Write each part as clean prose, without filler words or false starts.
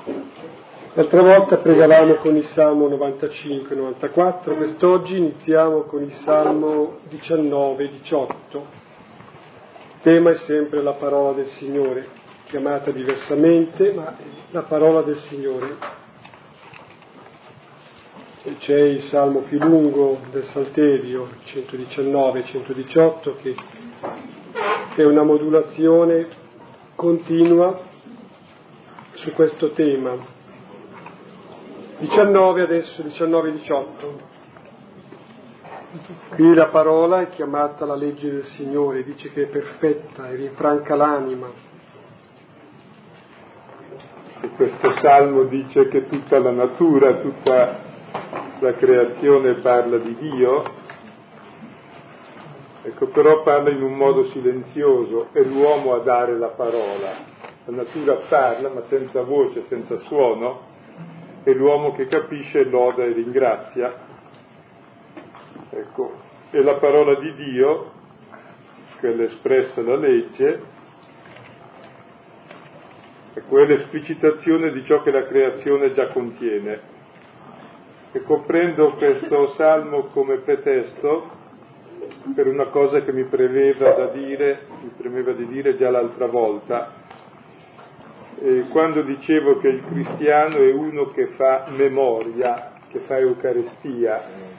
L'altra volta pregavamo con il Salmo 95-94, quest'oggi iniziamo con il Salmo 19-18. Il tema è sempre la parola del Signore, chiamata diversamente, ma la parola del Signore. E c'è il Salmo più lungo del Salterio, 119-118, che è una modulazione continua su questo tema. 19 adesso, 19-18. Qui la parola è chiamata la legge del Signore, dice che è perfetta e rinfranca l'anima. E questo salmo dice che tutta la natura, tutta la creazione parla di Dio, ecco, però parla in un modo silenzioso, è l'uomo a dare la parola. La natura parla ma senza voce, senza suono, è l'uomo che capisce, loda e ringrazia. Ecco, e la parola di Dio, quella espressa la legge, ecco, è l'esplicitazione di ciò che la creazione già contiene. E comprendo questo salmo come pretesto per una cosa che mi premeva di dire già l'altra volta. Quando dicevo che il cristiano è uno che fa memoria, che fa Eucaristia,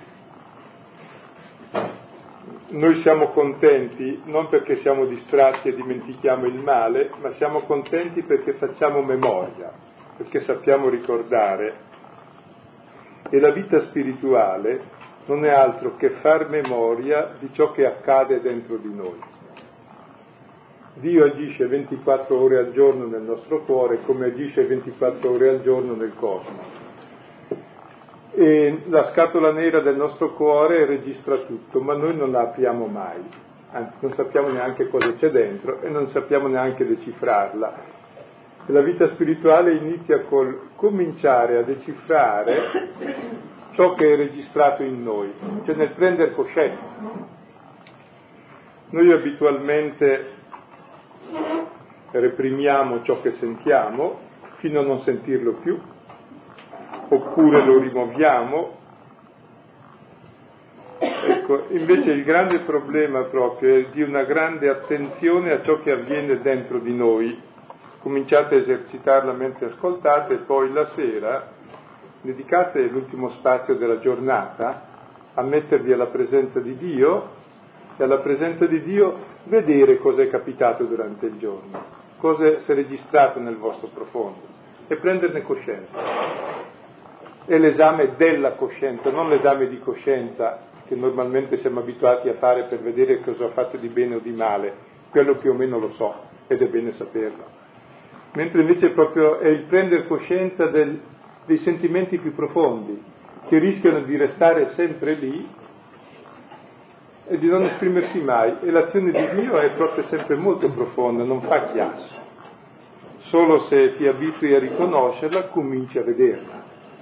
noi siamo contenti non perché siamo distratti e dimentichiamo il male, ma siamo contenti perché facciamo memoria, perché sappiamo ricordare. E la vita spirituale non è altro che far memoria di ciò che accade dentro di noi. Dio agisce 24 ore al giorno nel nostro cuore come agisce 24 ore al giorno nel cosmo. E la scatola nera del nostro cuore registra tutto, ma noi non la apriamo mai, anzi non sappiamo neanche cosa c'è dentro e non sappiamo neanche decifrarla. E la vita spirituale inizia col cominciare a decifrare ciò che è registrato in noi, cioè nel prendere coscienza. Noi abitualmente reprimiamo ciò che sentiamo fino a non sentirlo più, oppure lo rimuoviamo. Ecco, invece il grande problema proprio è di una grande attenzione a ciò che avviene dentro di noi. Cominciate a esercitarla mentre ascoltate e poi la sera dedicate l'ultimo spazio della giornata a mettervi alla presenza di Dio e alla presenza di Dio vedere cosa è capitato durante il giorno, cosa si è registrato nel vostro profondo e prenderne coscienza. È l'esame della coscienza, non l'esame di coscienza che normalmente siamo abituati a fare per vedere cosa ho fatto di bene o di male. Quello più o meno lo so ed è bene saperlo. Mentre invece proprio è il prendere coscienza dei sentimenti più profondi che rischiano di restare sempre lì e di non esprimersi mai, e l'azione di Dio è proprio sempre molto profonda, non fa chiasso. Solo se ti abitui a riconoscerla cominci a vederla.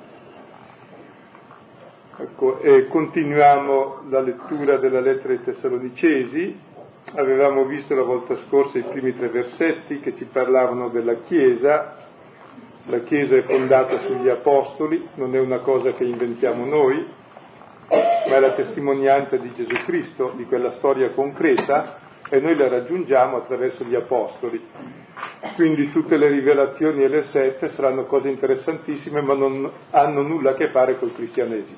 Ecco, e continuiamo la lettura della lettera ai Tessalonicesi. Avevamo visto la volta scorsa i primi 3 versetti che ci parlavano della Chiesa. La Chiesa è fondata sugli Apostoli, non è una cosa che inventiamo noi, ma è la testimonianza di Gesù Cristo, di quella storia concreta, e noi la raggiungiamo attraverso gli Apostoli. Quindi tutte le rivelazioni e le sette saranno cose interessantissime, ma non hanno nulla a che fare col cristianesimo.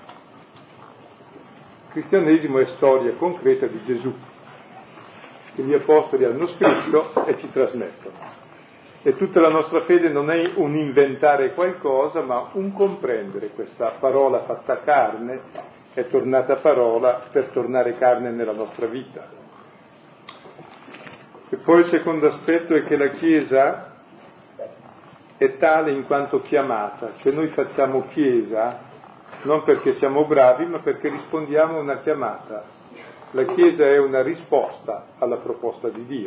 Il cristianesimo è storia concreta di Gesù, che gli Apostoli hanno scritto e ci trasmettono. E tutta la nostra fede non è un inventare qualcosa, ma un comprendere questa parola fatta carne, è tornata parola per tornare carne nella nostra vita. E poi il secondo aspetto è che la Chiesa è tale in quanto chiamata, cioè noi facciamo Chiesa non perché siamo bravi, ma perché rispondiamo a una chiamata. La Chiesa è una risposta alla proposta di Dio.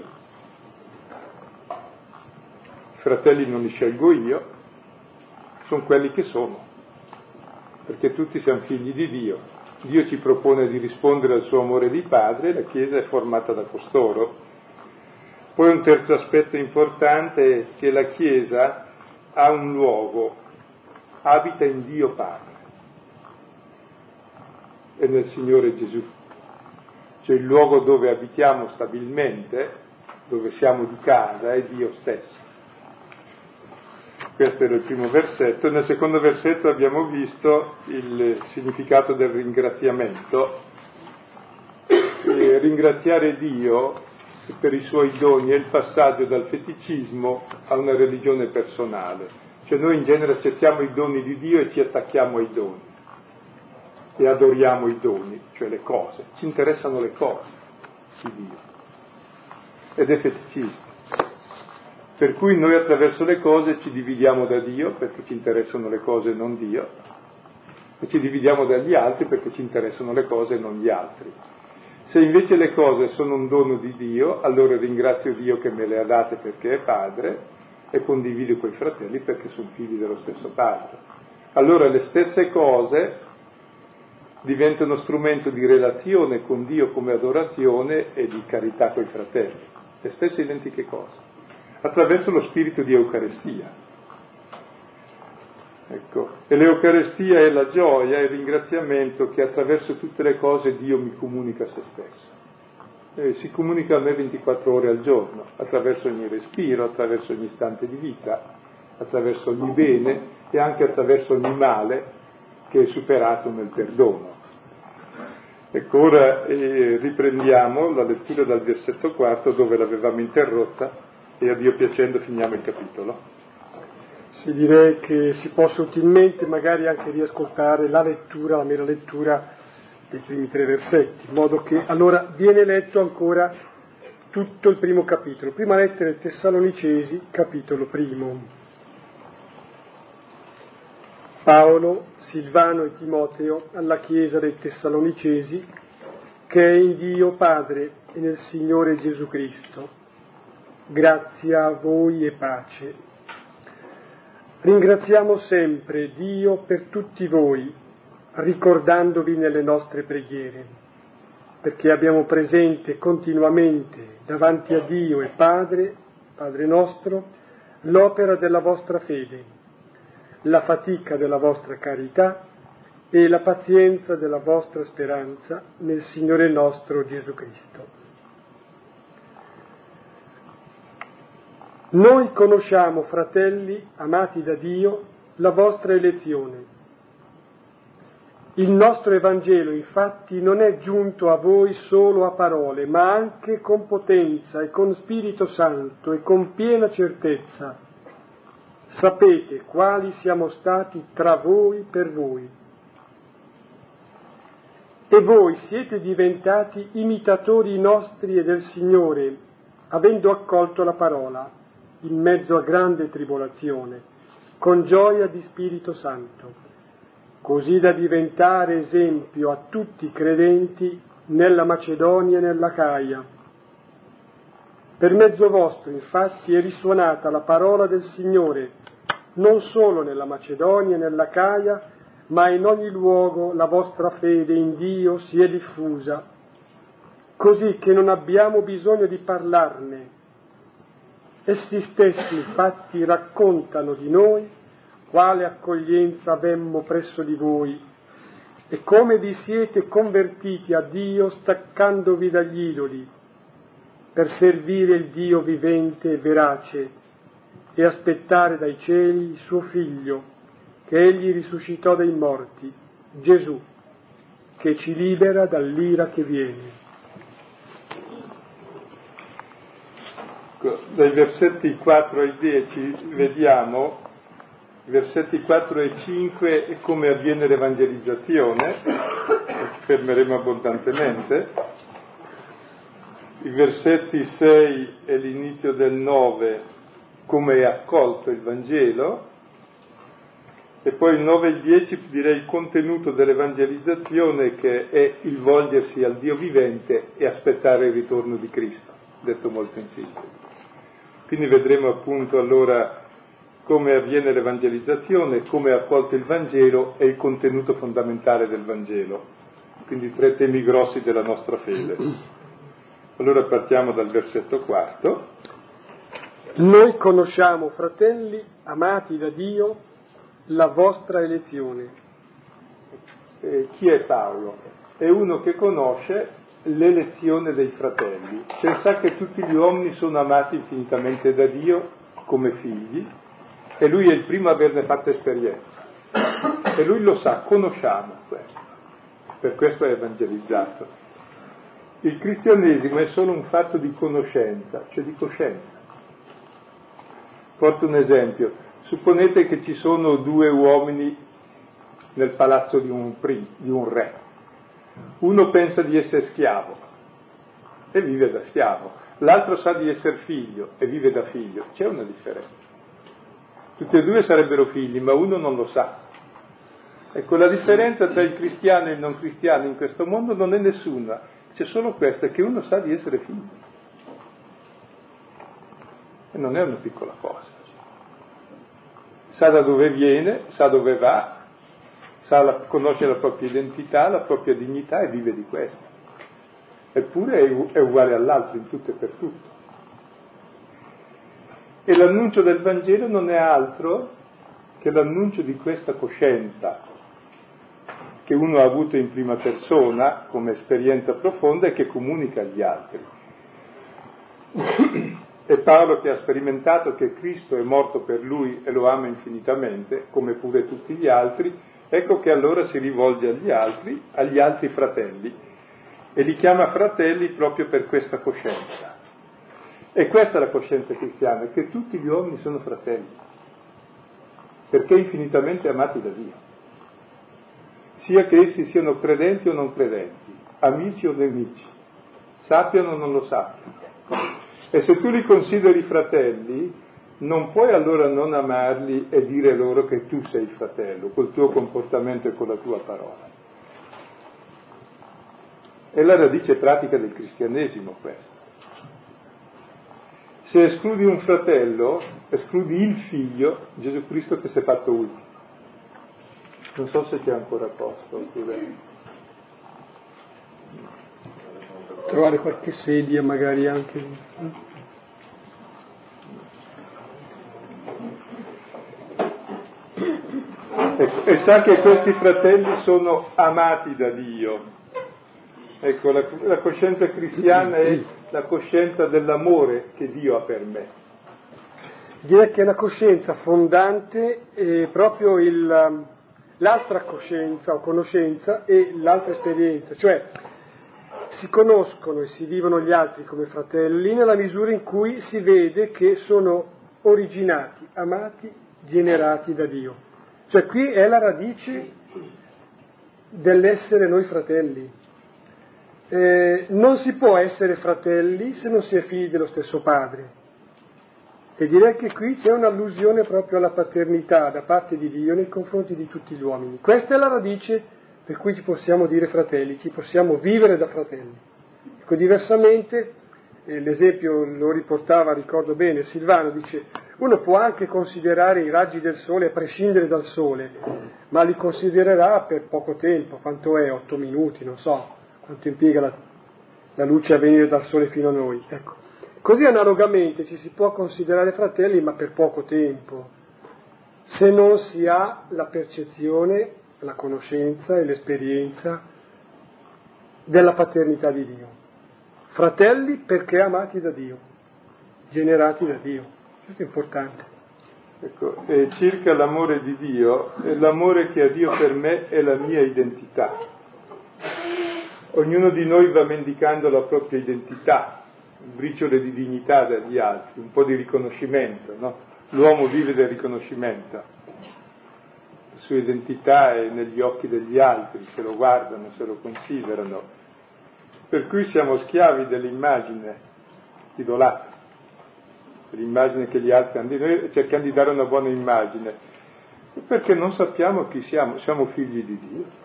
I fratelli non li scelgo io, sono quelli che sono, perché tutti siamo figli di Dio. Dio ci propone di rispondere al suo amore di padre e la Chiesa è formata da costoro. Poi un terzo aspetto importante è che la Chiesa ha un luogo, abita in Dio Padre e nel Signore Gesù. Cioè il luogo dove abitiamo stabilmente, dove siamo di casa, è Dio stesso. Questo era il primo versetto. Nel secondo versetto abbiamo visto il significato del ringraziamento. E ringraziare Dio per i suoi doni è il passaggio dal feticismo a una religione personale. Cioè noi in genere accettiamo i doni di Dio e ci attacchiamo ai doni e adoriamo i doni, cioè le cose. Ci interessano le cose di Dio ed è feticismo. Per cui noi attraverso le cose ci dividiamo da Dio perché ci interessano le cose e non Dio, e ci dividiamo dagli altri perché ci interessano le cose e non gli altri. Se invece le cose sono un dono di Dio, allora ringrazio Dio che me le ha date perché è Padre e condivido coi fratelli perché sono figli dello stesso Padre. Allora le stesse cose diventano strumento di relazione con Dio come adorazione e di carità coi fratelli, le stesse identiche cose, attraverso lo spirito di Eucaristia. Ecco, e l'Eucaristia è la gioia e il ringraziamento che attraverso tutte le cose Dio mi comunica a se stesso. E si comunica a me 24 ore al giorno, attraverso ogni respiro, attraverso ogni istante di vita, attraverso ogni bene e anche attraverso ogni male che è superato nel perdono. Ecco, ora riprendiamo la lettura dal versetto 4 dove l'avevamo interrotta e a Dio piacendo finiamo il capitolo. Sì, direi che si possa utilmente magari anche riascoltare la lettura, la mera lettura dei primi 3 versetti, in modo che allora viene letto ancora tutto il primo capitolo. Prima lettera ai Tessalonicesi, capitolo 1. Paolo, Silvano e Timoteo alla Chiesa dei Tessalonicesi, che è in Dio Padre e nel Signore Gesù Cristo. Grazia a voi e pace. Ringraziamo sempre Dio per tutti voi, ricordandovi nelle nostre preghiere, perché abbiamo presente continuamente davanti a Dio e Padre nostro, l'opera della vostra fede, la fatica della vostra carità e la pazienza della vostra speranza nel Signore nostro Gesù Cristo. Noi conosciamo, fratelli, amati da Dio, la vostra elezione. Il nostro Evangelo, infatti, non è giunto a voi solo a parole, ma anche con potenza e con Spirito Santo e con piena certezza. Sapete quali siamo stati tra voi per voi. E voi siete diventati imitatori nostri e del Signore, avendo accolto la parola, in mezzo a grande tribolazione, con gioia di Spirito Santo, così da diventare esempio a tutti i credenti nella Macedonia e nell'Acaia. Per mezzo vostro, infatti, è risuonata la parola del Signore, non solo nella Macedonia e nell'Acaia, ma in ogni luogo la vostra fede in Dio si è diffusa, così che non abbiamo bisogno di parlarne. Essi stessi infatti raccontano di noi quale accoglienza avemmo presso di voi e come vi siete convertiti a Dio staccandovi dagli idoli per servire il Dio vivente e verace e aspettare dai cieli il suo Figlio che Egli risuscitò dai morti, Gesù, che ci libera dall'ira che viene. Dai versetti 4 ai 10 vediamo, versetti 4 e 5, come avviene l'evangelizzazione, ci fermeremo abbondantemente. I versetti 6 e l'inizio del 9, come è accolto il Vangelo, e poi il 9 e il 10 direi il contenuto dell'evangelizzazione, che è il volgersi al Dio vivente e aspettare il ritorno di Cristo, detto molto in sintesi. Quindi vedremo appunto allora come avviene l'evangelizzazione, come è accolto il Vangelo e il contenuto fondamentale del Vangelo. Quindi 3 temi grossi della nostra fede. Allora partiamo dal versetto 4. Noi conosciamo, fratelli, amati da Dio, la vostra elezione. Chi è Paolo? È uno che conosce l'elezione dei fratelli, cioè sa che tutti gli uomini sono amati infinitamente da Dio come figli, e lui è il primo a averne fatto esperienza. E lui lo sa, conosciamo questo. Per questo è evangelizzato. Il cristianesimo è solo un fatto di conoscenza, cioè di coscienza. Porto un esempio. Supponete che ci sono due uomini nel palazzo di un re. Uno pensa di essere schiavo e vive da schiavo. L'altro sa di essere figlio e vive da figlio. C'è una differenza. Tutti e due sarebbero figli, ma uno non lo sa. Ecco, la differenza tra il cristiano e il non cristiano in questo mondo non è nessuna, c'è solo questa, che uno sa di essere figlio. E non è una piccola cosa. Sa da dove viene, sa dove va, conosce la propria identità, la propria dignità e vive di questo. Eppure è uguale all'altro in tutto e per tutto. E l'annuncio del Vangelo non è altro che l'annuncio di questa coscienza che uno ha avuto in prima persona come esperienza profonda e che comunica agli altri. È Paolo che ha sperimentato che Cristo è morto per lui e lo ama infinitamente, come pure tutti gli altri, ecco che allora si rivolge agli altri fratelli, e li chiama fratelli proprio per questa coscienza. E questa è la coscienza cristiana, che tutti gli uomini sono fratelli, perché infinitamente amati da Dio. Sia che essi siano credenti o non credenti, amici o nemici, sappiano o non lo sappiano. E se tu li consideri fratelli, non puoi allora non amarli e dire loro che tu sei fratello, col tuo comportamento e con la tua parola. È la radice pratica del cristianesimo questa. Se escludi un fratello, escludi il figlio, Gesù Cristo che si è fatto ultimo. Non so se c'è ancora posto. Trovare qualche sedia magari anche. E sa che questi fratelli sono amati da Dio. Ecco, la coscienza cristiana è la coscienza dell'amore che Dio ha per me. Direi che è una coscienza fondante proprio l'altra coscienza o conoscenza e l'altra esperienza, cioè si conoscono e si vivono gli altri come fratelli nella misura in cui si vede che sono originati, amati, generati da Dio. Cioè qui è la radice dell'essere noi fratelli. Non si può essere fratelli se non si è figli dello stesso padre. E direi che qui c'è un'allusione proprio alla paternità da parte di Dio nei confronti di tutti gli uomini. Questa è la radice per cui ci possiamo dire fratelli, ci possiamo vivere da fratelli. Ecco, diversamente, l'esempio lo riportava, ricordo bene, Silvano, dice, uno può anche considerare i raggi del sole a prescindere dal sole, ma li considererà per poco tempo, quanto è, 8 minuti, non so, quanto impiega la luce a venire dal sole fino a noi, ecco. Così analogamente ci si può considerare fratelli, ma per poco tempo, se non si ha la percezione, la conoscenza e l'esperienza della paternità di Dio. Fratelli perché amati da Dio, generati da Dio. Questo è importante. Ecco, circa l'amore di Dio, l'amore che ha Dio per me è la mia identità. Ognuno di noi va mendicando la propria identità, briciole di dignità dagli altri, un po' di riconoscimento, no? L'uomo vive del riconoscimento, la sua identità è negli occhi degli altri, se lo guardano, se lo considerano, per cui siamo schiavi dell'immagine idolatra, dell'immagine che gli altri hanno di noi, cercando di dare una buona immagine, perché non sappiamo chi siamo figli di Dio.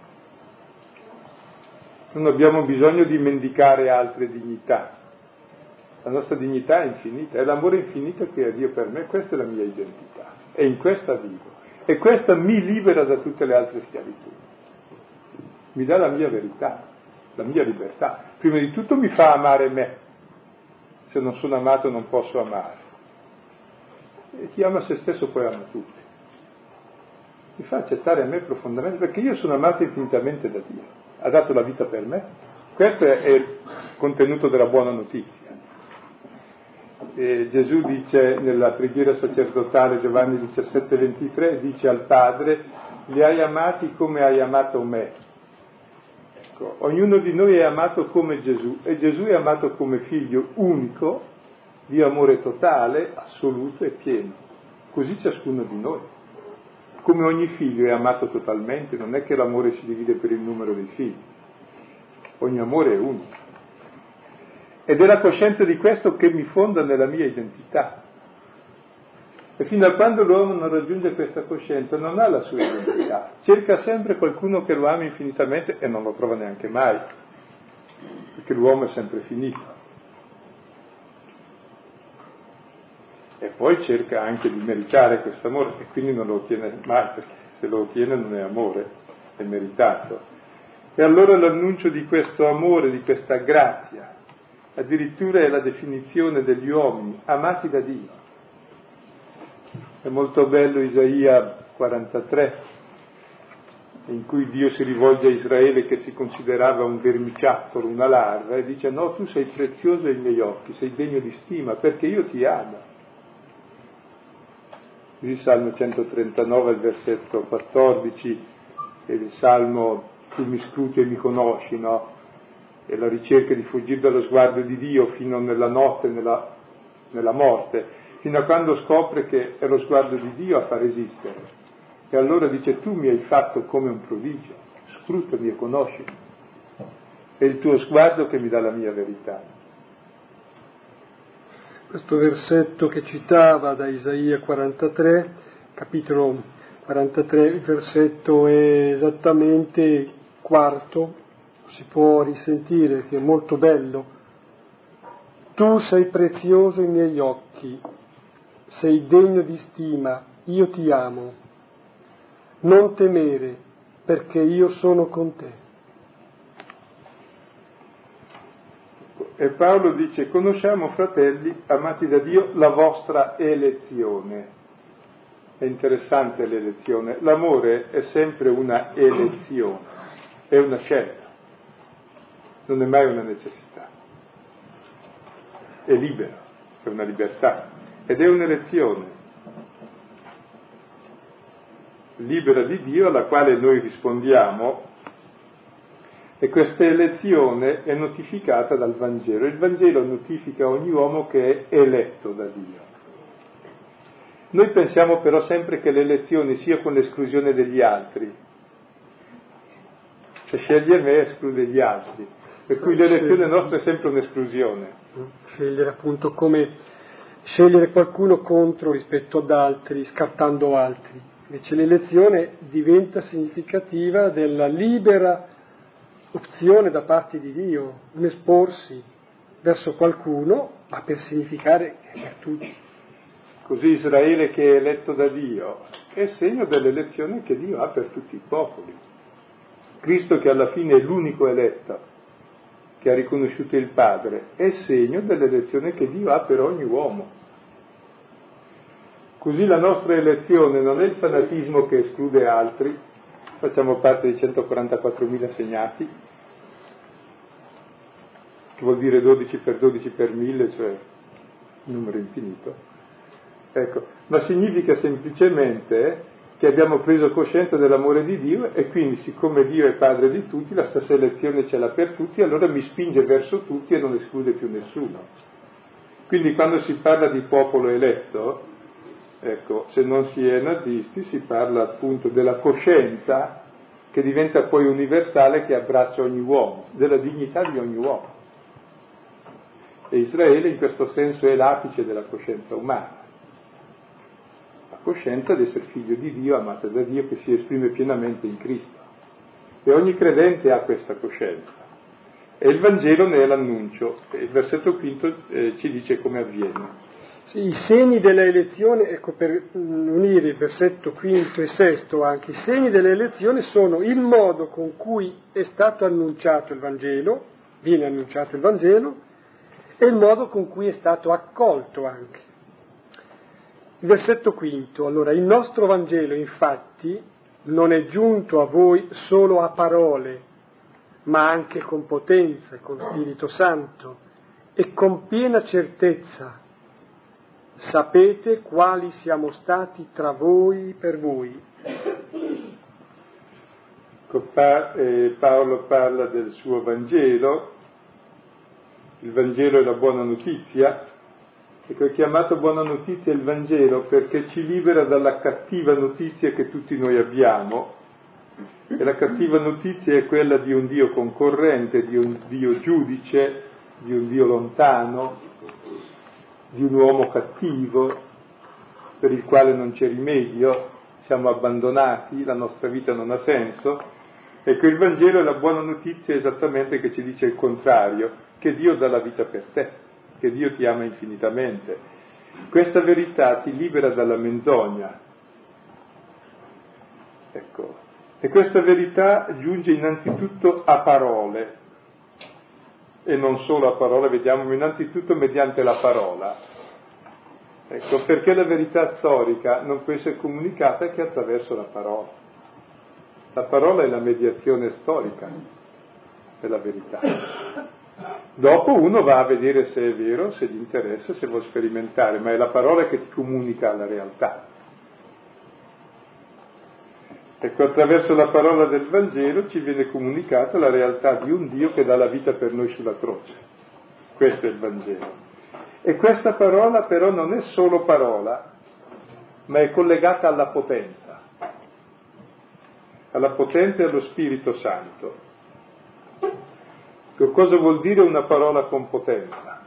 Non abbiamo bisogno di mendicare altre dignità. La nostra dignità è infinita, è l'amore infinito che ha Dio per me, questa è la mia identità, e in questa vivo. E questa mi libera da tutte le altre schiavitù. Mi dà la mia verità, la mia libertà. Prima di tutto mi fa amare me. Se non sono amato non posso amare. E chi ama se stesso poi ama tutti. Mi fa accettare a me profondamente, perché io sono amato infinitamente da Dio. Ha dato la vita per me. Questo è il contenuto della buona notizia. E Gesù dice nella preghiera sacerdotale, Giovanni 17,23, dice al Padre: li hai amati come hai amato me. Ecco, ognuno di noi è amato come Gesù, e Gesù è amato come figlio unico, di amore totale, assoluto e pieno. Così ciascuno di noi. Come ogni figlio è amato totalmente, non è che l'amore si divide per il numero dei figli. Ogni amore è unico. Ed è la coscienza di questo che mi fonda nella mia identità. E fino a quando l'uomo non raggiunge questa coscienza non ha la sua identità. Cerca sempre qualcuno che lo ami infinitamente e non lo trova neanche mai, perché l'uomo è sempre finito. E poi cerca anche di meritare questo amore e quindi non lo ottiene mai, perché se lo ottiene non è amore, è meritato. E allora l'annuncio di questo amore, di questa grazia, addirittura è la definizione degli uomini amati da Dio. È molto bello Isaia 43, in cui Dio si rivolge a Israele che si considerava un vermiciattolo, una larva, e dice: no, tu sei prezioso ai miei occhi, sei degno di stima, perché io ti amo. Il Salmo 139, il versetto 14, è il Salmo tu mi scruti e mi conosci, no? È la ricerca di fuggire dallo sguardo di Dio fino nella notte, nella morte, fino a quando scopre che è lo sguardo di Dio a far esistere. E allora dice: tu mi hai fatto come un prodigio, scrutami e conoscimi. È il tuo sguardo che mi dà la mia verità. Questo versetto che citava da Isaia 43, capitolo 43, il versetto è esattamente quarto, si può risentire che è molto bello. Tu sei prezioso ai miei occhi, sei degno di stima, io ti amo. Non temere, perché io sono con te. E Paolo dice: conosciamo, fratelli, amati da Dio, la vostra elezione. È interessante l'elezione. L'amore è sempre una elezione, è una scelta, non è mai una necessità. È libero, è una libertà, ed è un'elezione libera di Dio alla quale noi rispondiamo. E questa elezione è notificata dal Vangelo. Il Vangelo notifica ogni uomo che è eletto da Dio. Noi pensiamo però sempre che l'elezione sia con l'esclusione degli altri. Se sceglie me, esclude gli altri. Per cui l'elezione nostra è sempre un'esclusione. Scegliere appunto come scegliere qualcuno contro rispetto ad altri, scartando altri. Invece l'elezione diventa significativa della libera opzione da parte di Dio, un esporsi verso qualcuno, ma per significare che è per tutti. Così Israele, che è eletto da Dio, è segno dell'elezione che Dio ha per tutti i popoli. Cristo, che alla fine è l'unico eletto, che ha riconosciuto il Padre, è segno dell'elezione che Dio ha per ogni uomo. Così la nostra elezione non è il fanatismo che esclude altri. Facciamo parte di 144.000 segnati, che vuol dire 12 per 12 per 1000, cioè un numero infinito. Ecco, ma significa semplicemente che abbiamo preso coscienza dell'amore di Dio e quindi, siccome Dio è Padre di tutti, la stessa elezione ce l'ha per tutti, allora mi spinge verso tutti e non esclude più nessuno. Quindi quando si parla di popolo eletto, ecco, se non si è nazisti, si parla appunto della coscienza che diventa poi universale, che abbraccia ogni uomo, della dignità di ogni uomo. E Israele in questo senso è l'apice della coscienza umana, la coscienza di essere figlio di Dio, amato da Dio, che si esprime pienamente in Cristo. E ogni credente ha questa coscienza. E il Vangelo ne è l'annuncio. E il versetto quinto ci dice come avviene. Sì, i segni della elezione, ecco, per unire il versetto quinto e sesto anche, i segni della elezione sono il modo con cui è stato annunciato il Vangelo, viene annunciato il Vangelo, e il modo con cui è stato accolto anche. Il versetto quinto, allora, il nostro Vangelo infatti non è giunto a voi solo a parole, ma anche con potenza e con Spirito Santo e con piena certezza. Sapete quali siamo stati tra voi per voi. Paolo parla del suo Vangelo, il Vangelo è la buona notizia, ecco, è chiamato buona notizia il Vangelo perché ci libera dalla cattiva notizia che tutti noi abbiamo, e la cattiva notizia è quella di un Dio concorrente, di un Dio giudice, di un Dio lontano, di un uomo cattivo per il quale non c'è rimedio, siamo abbandonati, la nostra vita non ha senso. Ecco, il Vangelo è la buona notizia esattamente che ci dice il contrario, che Dio dà la vita per te, che Dio ti ama infinitamente. Questa verità ti libera dalla menzogna. Ecco, e questa verità giunge innanzitutto a parole, e non solo a parole, vediamo innanzitutto mediante la parola. Ecco, perché la verità storica non può essere comunicata che attraverso la parola. La parola è la mediazione storica della verità. Dopo uno va a vedere se è vero, se gli interessa, se vuol sperimentare, ma è la parola che ti comunica la realtà. Ecco, attraverso la parola del Vangelo ci viene comunicata la realtà di un Dio che dà la vita per noi sulla croce. Questo è il Vangelo. E questa parola però non è solo parola, ma è collegata alla potenza e allo Spirito Santo. Che cosa vuol dire una parola con potenza?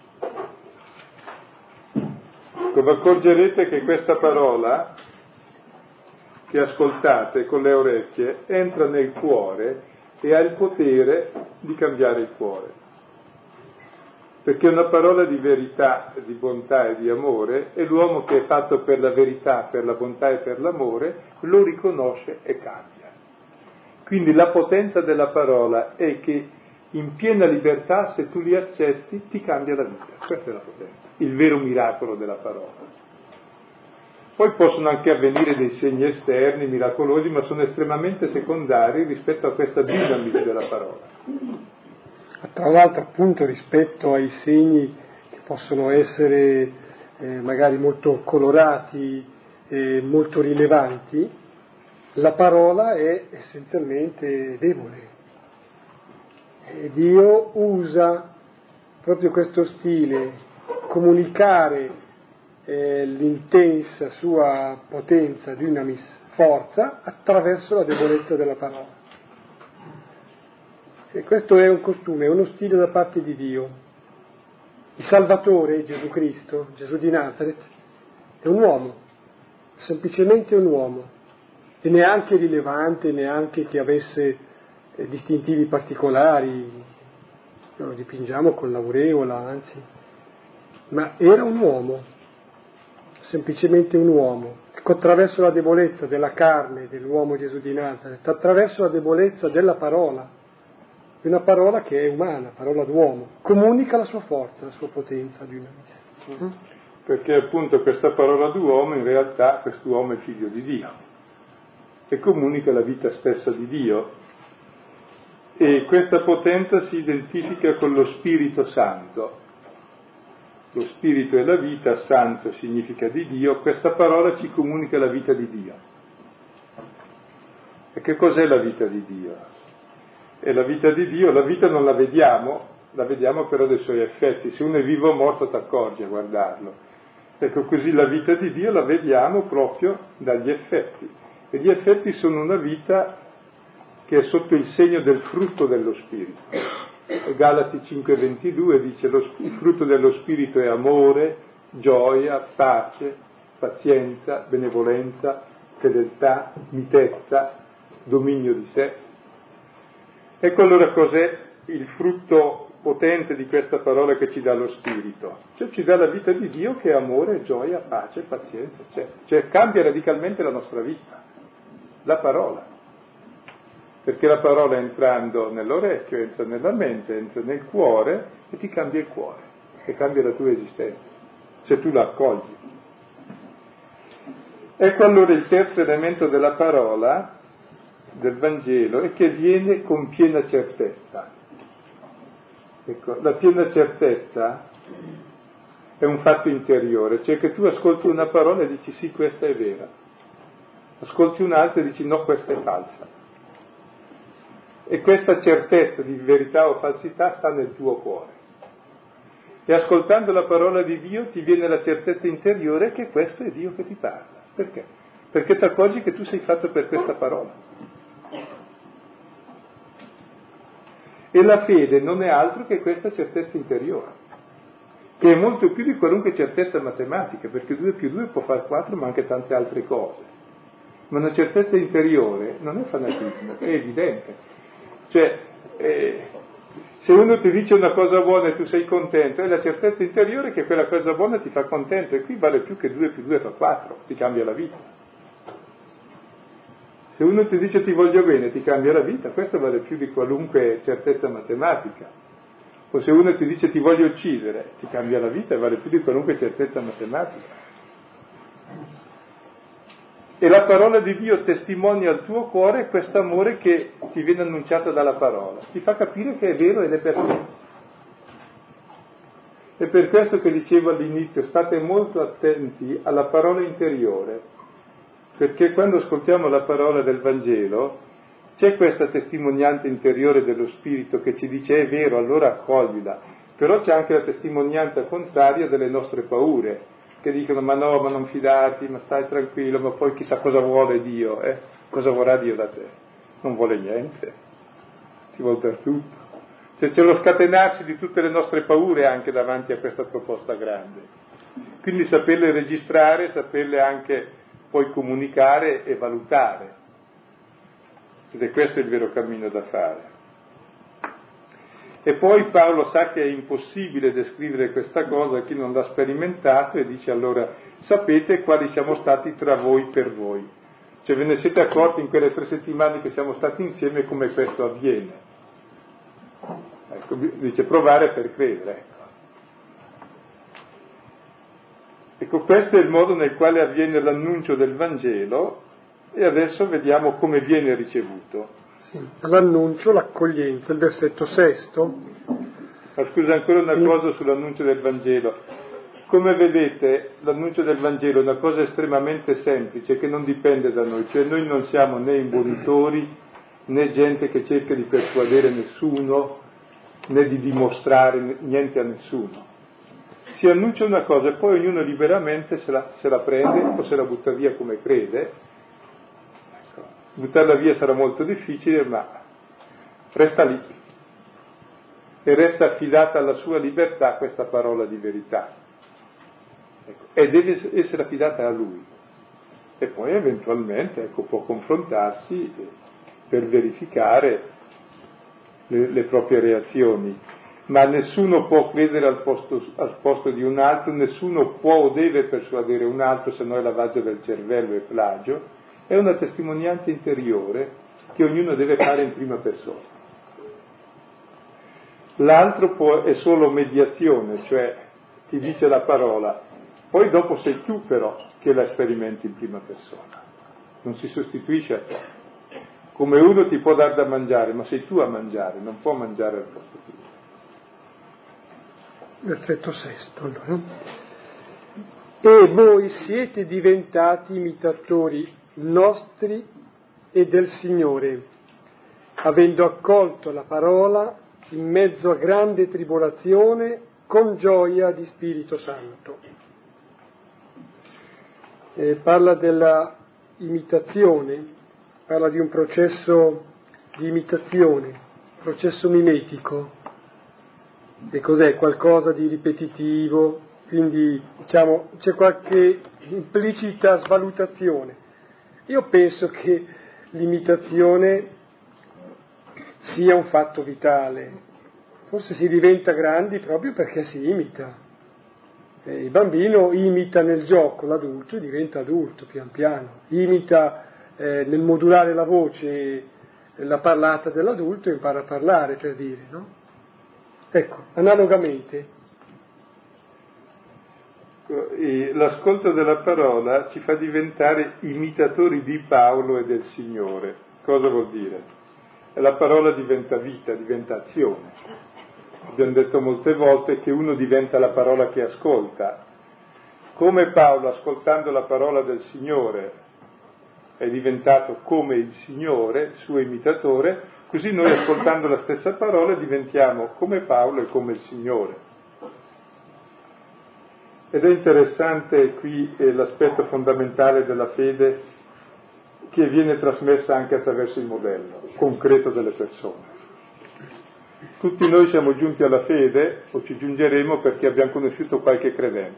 Come accorgerete che questa parola che ascoltate con le orecchie entra nel cuore e ha il potere di cambiare il cuore. Perché una parola di verità, di bontà e di amore, e l'uomo che è fatto per la verità, per la bontà e per l'amore, lo riconosce e cambia. Quindi la potenza della parola è che in piena libertà, se tu li accetti, ti cambia la vita. Questa è la potenza, il vero miracolo della parola. Poi possono anche avvenire dei segni esterni, miracolosi, ma sono estremamente secondari rispetto a questa dinamica della parola. Tra l'altro, appunto, rispetto ai segni che possono essere magari molto colorati e molto rilevanti, la parola è essenzialmente debole. E Dio usa proprio questo stile, comunicare l'intensa sua potenza, dynamis, forza, attraverso la debolezza della parola. E questo è un costume, è uno stile da parte di Dio. Il Salvatore, Gesù Cristo, Gesù di Nazareth, è un uomo, semplicemente un uomo, e neanche rilevante, neanche che avesse distintivi particolari, lo dipingiamo con l'aureola, anzi, ma era un uomo, semplicemente un uomo. Ecco, attraverso la debolezza della carne dell'uomo Gesù di Nazareth, attraverso la debolezza della parola, una parola che è umana, parola d'uomo, comunica la sua forza, la sua potenza dynamis. Perché appunto questa parola d'uomo, in realtà quest'uomo è figlio di Dio e comunica la vita stessa di Dio, e questa potenza si identifica con lo Spirito Santo. Lo Spirito è la vita, Santo significa di Dio, questa parola ci comunica la vita di Dio. E che cos'è la vita di Dio? E la vita di Dio, la vita non la vediamo però dei suoi effetti. Se uno è vivo o morto ti accorgi a guardarlo. Ecco, così la vita di Dio la vediamo proprio dagli effetti. E gli effetti sono una vita che è sotto il segno del frutto dello Spirito. Galati 5,22 dice il frutto dello Spirito è amore, gioia, pace, pazienza, benevolenza, fedeltà, mitezza, dominio di sé. Ecco allora cos'è il frutto potente di questa parola che ci dà lo Spirito. Cioè ci dà la vita di Dio che è amore, gioia, pace, pazienza, cioè cambia radicalmente la nostra vita, la parola. Perché la parola entrando nell'orecchio, entra nella mente, entra nel cuore e ti cambia il cuore, e cambia la tua esistenza, se tu la accogli. Ecco allora il terzo elemento della parola del Vangelo è che viene con piena certezza. Ecco, la piena certezza è un fatto interiore, cioè che tu ascolti una parola e dici sì, questa è vera, ascolti un'altra e dici no, questa è falsa. E questa certezza di verità o falsità sta nel tuo cuore. E ascoltando la parola di Dio ti viene la certezza interiore che questo è Dio che ti parla. Perché? Perché ti accorgi che tu sei fatto per questa parola. E la fede non è altro che questa certezza interiore, che è molto più di qualunque certezza matematica, perché 2 più 2 può fare 4, ma anche tante altre cose. Ma una certezza interiore non è fanatismo, è evidente. Cioè, se uno ti dice una cosa buona e tu sei contento, è la certezza interiore che quella cosa buona ti fa contento, e qui vale più che 2 più 2 fa 4, ti cambia la vita. Se uno ti dice ti voglio bene, ti cambia la vita, questo vale più di qualunque certezza matematica. O se uno ti dice ti voglio uccidere, ti cambia la vita e vale più di qualunque certezza matematica. E la parola di Dio testimonia al tuo cuore questo amore che ti viene annunciato dalla parola, ti fa capire che è vero ed è per te. È per questo che dicevo all'inizio, state molto attenti alla parola interiore, perché quando ascoltiamo la parola del Vangelo c'è questa testimonianza interiore dello Spirito che ci dice è vero, allora accoglila, però c'è anche la testimonianza contraria delle nostre paure, che dicono ma no, ma non fidarti, ma stai tranquillo, ma poi chissà cosa vuole Dio, cosa vorrà Dio da te? Non vuole niente, ti vuol dar tutto. Cioè c'è lo scatenarsi di tutte le nostre paure anche davanti a questa proposta grande. Quindi saperle registrare, saperle anche poi comunicare e valutare. Ed è questo il vero cammino da fare. E poi Paolo sa che è impossibile descrivere questa cosa a chi non l'ha sperimentato e dice allora sapete quali siamo stati tra voi per voi. Cioè ve ne siete accorti in quelle 3 settimane che siamo stati insieme come questo avviene. Ecco, dice provare per credere. Ecco, questo è il modo nel quale avviene l'annuncio del Vangelo e adesso vediamo come viene ricevuto. L'annuncio, l'accoglienza, il versetto 6. Ma scusa, ancora una cosa sull'annuncio del Vangelo. Come vedete, l'annuncio del Vangelo è una cosa estremamente semplice che non dipende da noi, cioè noi non siamo né imbonitori, né gente che cerca di persuadere nessuno, né di dimostrare niente a nessuno. Si annuncia una cosa e poi ognuno liberamente se la prende o se la butta via come crede. Buttarla via sarà molto difficile, ma resta lì e resta affidata alla sua libertà questa parola di verità, ecco, e deve essere affidata a lui e poi eventualmente può confrontarsi per verificare le proprie reazioni, ma nessuno può credere al posto di un altro, nessuno può o deve persuadere un altro, se no è lavaggio del cervello e plagio. È una testimonianza interiore che ognuno deve fare in prima persona. L'altro è solo mediazione, cioè ti dice la parola, poi dopo sei tu però che la sperimenti in prima persona, non si sostituisce a te. Come uno ti può dar da mangiare, ma sei tu a mangiare, non può mangiare al posto tuo. Versetto 6, allora. E voi siete diventati imitatori nostri e del Signore, avendo accolto la parola in mezzo a grande tribolazione con gioia di Spirito Santo. Parla della imitazione, parla di un processo di imitazione, processo mimetico. E cos'è? Qualcosa di ripetitivo, quindi diciamo c'è qualche implicita svalutazione. Io penso che l'imitazione sia un fatto vitale, forse si diventa grandi proprio perché si imita. Il bambino imita nel gioco l'adulto e diventa adulto pian piano, imita nel modulare la voce, la parlata dell'adulto e impara a parlare, per dire, no? Ecco, analogamente. E l'ascolto della parola ci fa diventare imitatori di Paolo e del Signore. Cosa vuol dire? La parola diventa vita, diventa azione. Abbiamo detto molte volte che uno diventa la parola che ascolta. Come Paolo, ascoltando la parola del Signore, è diventato come il Signore, suo imitatore, così noi ascoltando la stessa parola diventiamo come Paolo e come il Signore. Ed è interessante qui l'aspetto fondamentale della fede che viene trasmessa anche attraverso il modello concreto delle persone. Tutti noi siamo giunti alla fede, o ci giungeremo perché abbiamo conosciuto qualche credente.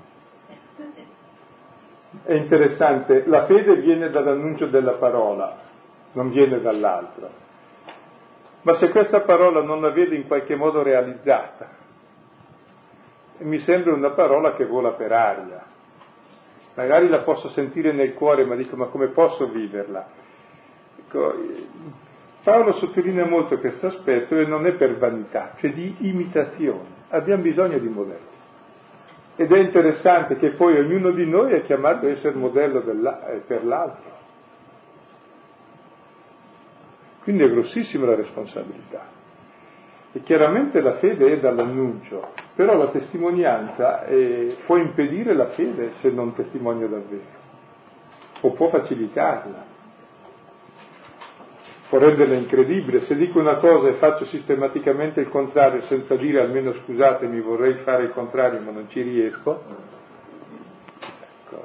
È interessante, la fede viene dall'annuncio della parola, non viene dall'altro. Ma se questa parola non la vede in qualche modo realizzata, mi sembra una parola che vola per aria. Magari la posso sentire nel cuore, ma dico, ma come posso viverla? Ecco, Paolo sottolinea molto questo aspetto e non è per vanità, cioè di imitazione. Abbiamo bisogno di modelli. Ed è interessante che poi ognuno di noi è chiamato a essere modello per l'altro. Quindi è grossissima la responsabilità. E chiaramente la fede è dall'annuncio, però la testimonianza può impedire la fede se non testimonia davvero, o può facilitarla, può renderla incredibile. Se dico una cosa e faccio sistematicamente il contrario senza dire almeno scusatemi, vorrei fare il contrario ma non ci riesco, ecco.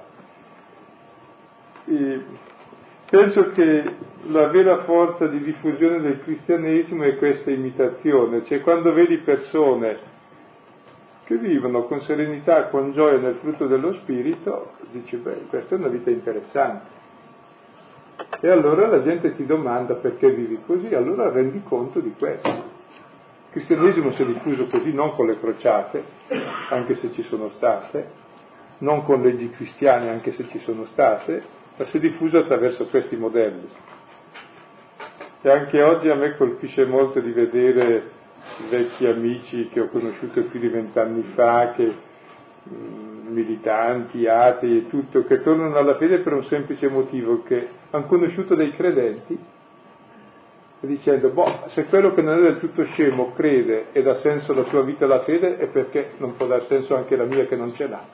Penso che la vera forza di diffusione del cristianesimo è questa imitazione, cioè quando vedi persone che vivono con serenità, con gioia nel frutto dello Spirito, dici, beh, questa è una vita interessante. E allora la gente ti domanda perché vivi così, allora rendi conto di questo. Il cristianesimo si è diffuso così, non con le crociate, anche se ci sono state, non con leggi cristiane, anche se ci sono state, ma si è diffuso attraverso questi modelli. E anche oggi a me colpisce molto di vedere vecchi amici che ho conosciuto più di 20 anni fa, che militanti, atei e tutto, che tornano alla fede per un semplice motivo, che hanno conosciuto dei credenti, dicendo, se quello che non è del tutto scemo crede e dà senso alla sua vita alla fede, è perché non può dar senso anche la mia che non ce l'ha.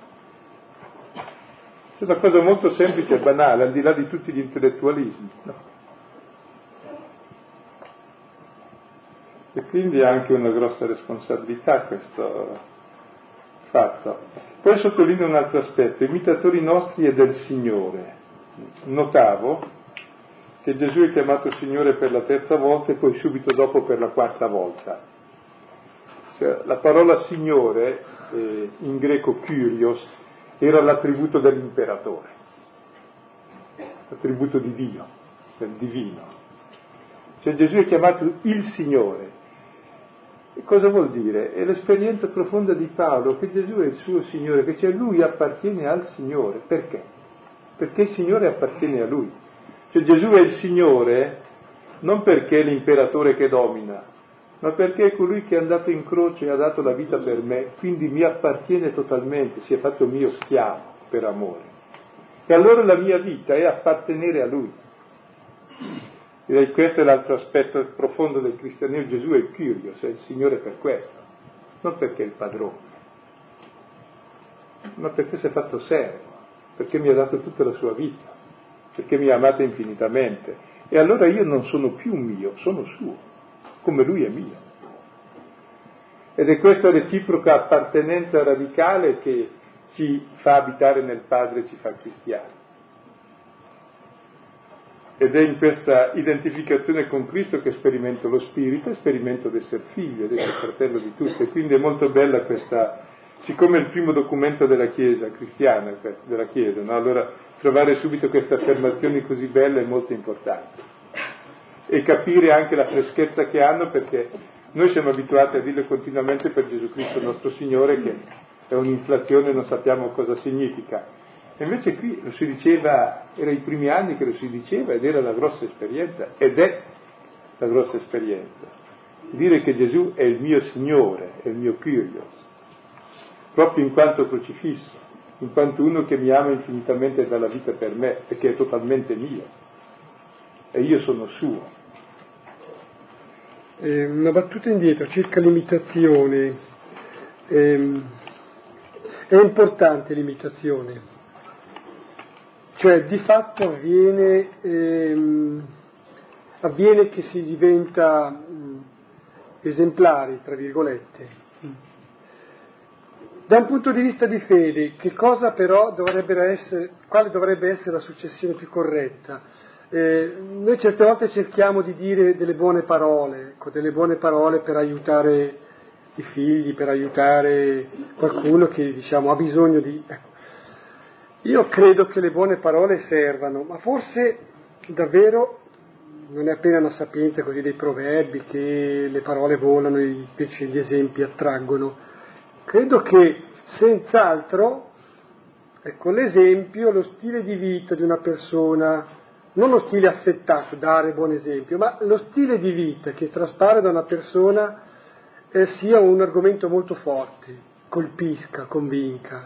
È una cosa molto semplice e banale, al di là di tutti gli intellettualismi, no? E quindi ha anche una grossa responsabilità questo fatto. Poi sottolineo un altro aspetto, imitatori nostri e del Signore. Notavo che Gesù è chiamato Signore per la terza volta e poi subito dopo per la quarta volta. Cioè, la parola Signore, in greco Kyrios, era l'attributo dell'imperatore, l'attributo di Dio, del divino. Cioè Gesù è chiamato il Signore. E cosa vuol dire? È l'esperienza profonda di Paolo che Gesù è il suo Signore, che cioè lui appartiene al Signore. Perché? Perché il Signore appartiene a lui. Cioè Gesù è il Signore non perché è l'imperatore che domina, ma perché è colui che è andato in croce e ha dato la vita per me, quindi mi appartiene totalmente, si è fatto mio schiavo per amore. E allora la mia vita è appartenere a lui. E questo è l'altro aspetto profondo del cristianesimo. Gesù è il Kyrios, è il Signore per questo, non perché è il padrone, ma perché si è fatto servo, perché mi ha dato tutta la sua vita, perché mi ha amato infinitamente. E allora io non sono più mio, sono suo, come lui è mio. Ed è questa reciproca appartenenza radicale che ci fa abitare nel Padre e ci fa cristiani. Ed è in questa identificazione con Cristo che sperimento lo Spirito e sperimento di essere figlio, di essere fratello di tutti. E quindi è molto bella questa, siccome è il primo documento della Chiesa cristiana, della Chiesa, no? Allora trovare subito queste affermazioni così belle è molto importante. E capire anche la freschezza che hanno, perché noi siamo abituati a dirle continuamente per Gesù Cristo nostro Signore, che è un'inflazione e non sappiamo cosa significa. E invece qui lo si diceva, era i primi anni che lo si diceva ed era la grossa esperienza, ed è la grossa esperienza. Dire che Gesù è il mio Signore, è il mio Kyrios. proprio in quanto crocifisso, in quanto uno che mi ama infinitamente e dà la vita per me, perché è totalmente mio, e io sono suo. Una battuta indietro circa l'imitazione. È importante l'imitazione, cioè di fatto avviene che si diventa esemplari, tra virgolette. Da un punto di vista di fede, che cosa però quale dovrebbe essere la successione più corretta? Noi certe volte cerchiamo di dire delle buone parole per aiutare i figli, per aiutare qualcuno che ha bisogno di... Ecco. Io credo che le buone parole servano, ma forse davvero non è appena una sapienza così dei proverbi che le parole volano e invece gli esempi attraggono. Credo che senz'altro, l'esempio, lo stile di vita di una persona, non lo stile affettato, dare buon esempio, ma lo stile di vita che traspare da una persona sia un argomento molto forte, colpisca, convinca.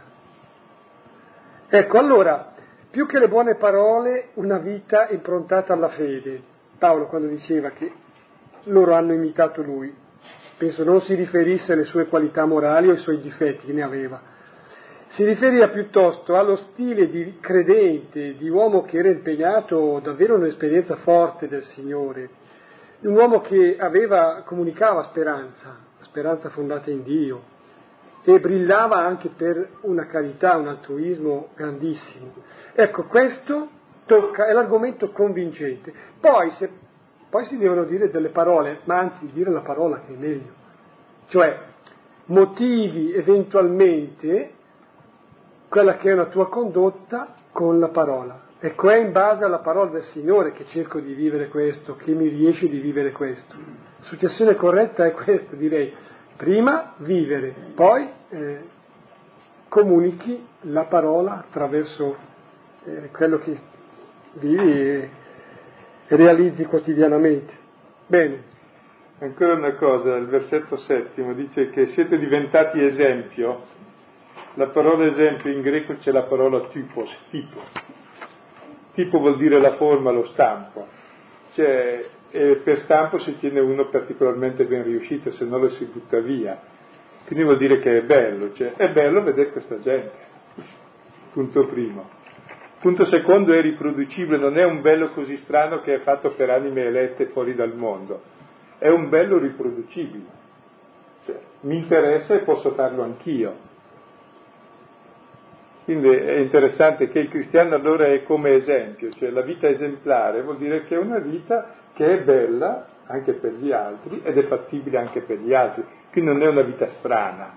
Ecco, allora, più che le buone parole, una vita improntata alla fede. Paolo quando diceva che loro hanno imitato lui, penso non si riferisse alle sue qualità morali o ai suoi difetti, che ne aveva. Si riferiva piuttosto allo stile di credente, di uomo che era impegnato davvero in un'esperienza forte del Signore, di un uomo che comunicava speranza fondata in Dio, e brillava anche per una carità, un altruismo grandissimo. Ecco, questo è l'argomento convincente. Poi si devono dire delle parole, ma anzi dire la parola che è meglio. Cioè, motivi eventualmente quella che è una tua condotta con la parola. Ecco, è in base alla parola del Signore che cerco di vivere questo, che mi riesce di vivere questo. La successione corretta è questa, direi. Prima vivere, poi comunichi la parola attraverso quello che vivi e realizzi quotidianamente. Bene. Ancora una cosa, il versetto 7 dice che siete diventati esempio. La parola esempio in greco c'è la parola typos, tipo. Tipo vuol dire la forma, lo stampo. Cioè, per stampo si tiene uno particolarmente ben riuscito, se no lo si butta via. Quindi vuol dire che è bello, cioè è bello vedere questa gente. Punto primo. Punto secondo, è riproducibile, non è un bello così strano che è fatto per anime elette fuori dal mondo. È un bello riproducibile. Cioè, mi interessa e posso farlo anch'io. Quindi è interessante che il cristiano allora è come esempio, cioè la vita esemplare vuol dire che è una vita che è bella anche per gli altri ed è fattibile anche per gli altri, quindi non è una vita strana,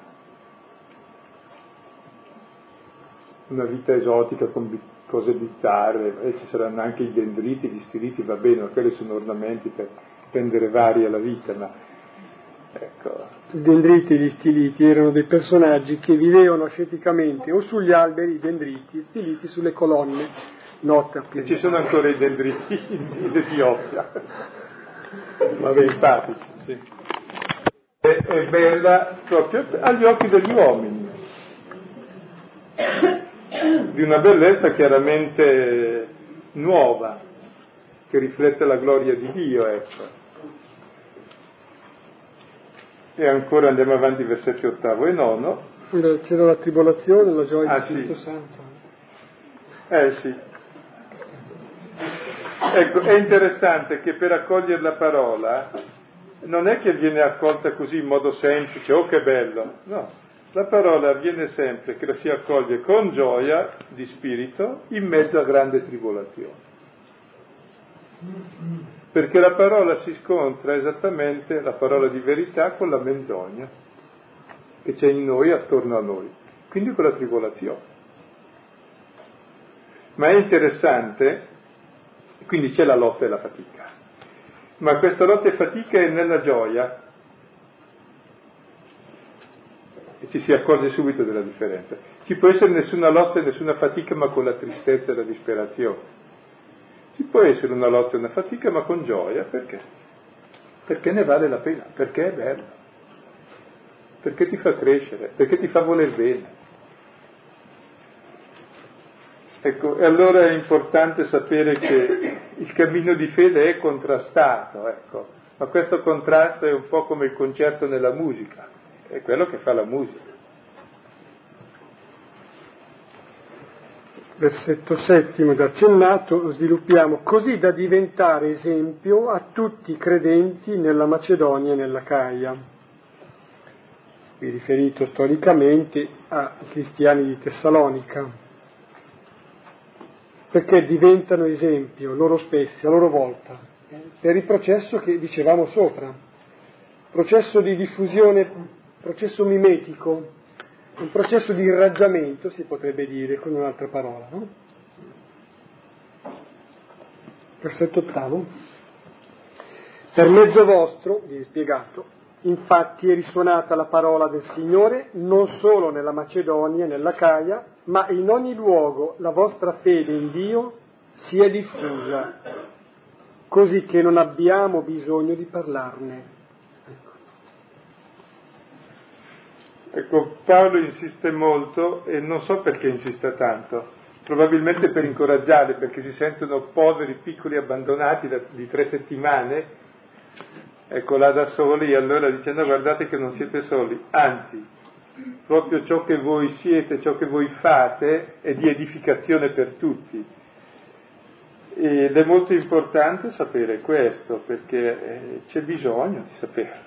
una vita esotica con cose bizzarre, e ci saranno anche i dendriti, gli stiliti, va bene, ma quelli sono ornamenti per rendere varia la vita, ma ecco. I dendriti e gli stiliti erano dei personaggi che vivevano asceticamente o sugli alberi, i dendriti, stiliti sulle colonne, notte a piedi. E ci sono ancora i dendriti in Etiopia, vabbè, simpatici, sì. È bella proprio agli occhi degli uomini, di una bellezza chiaramente nuova, che riflette la gloria di Dio, ecco. E ancora andiamo avanti, versetti 8 e 9. C'era la tribolazione, la gioia del Spirito Santo. Sì. Ecco, è interessante che per accogliere la parola non è che viene accolta così in modo semplice, oh che bello, no. La parola avviene sempre che la si accoglie con gioia di spirito in mezzo a grande tribolazione. Perché la parola si scontra esattamente, la parola di verità, con la menzogna che c'è in noi, attorno a noi, quindi con la tribolazione. Ma è interessante, quindi c'è la lotta e la fatica, ma questa lotta e fatica è nella gioia, e ci si accorge subito della differenza. Ci può essere nessuna lotta e nessuna fatica ma con la tristezza e la disperazione. Ci può essere una lotta e una fatica ma con gioia, perché? Perché ne vale la pena, perché è bello. perché ti fa crescere, perché ti fa voler bene. Ecco, e allora è importante sapere che il cammino di fede è contrastato, ecco, ma questo contrasto è un po' come il concerto nella musica, è quello che fa la musica. Versetto 7 da accennato, lo sviluppiamo, così da diventare esempio a tutti i credenti nella Macedonia e nell'Acaia. Qui riferito storicamente ai cristiani di Tessalonica, perché diventano esempio loro stessi, a loro volta, per il processo che dicevamo sopra, processo di diffusione, processo mimetico, un processo di irraggiamento, si potrebbe dire con un'altra parola, no? Versetto 8. Per mezzo vostro, viene spiegato, infatti è risuonata la parola del Signore non solo nella Macedonia e nell'Acaia, ma in ogni luogo la vostra fede in Dio si è diffusa, così che non abbiamo bisogno di parlarne. Ecco, Paolo insiste molto e non so perché insista tanto, probabilmente per incoraggiarli, perché si sentono poveri, piccoli, abbandonati di 3 settimane, ecco là da soli, e allora dice no, guardate che non siete soli, anzi, proprio ciò che voi siete, ciò che voi fate è di edificazione per tutti. Ed è molto importante sapere questo, perché c'è bisogno di saperlo.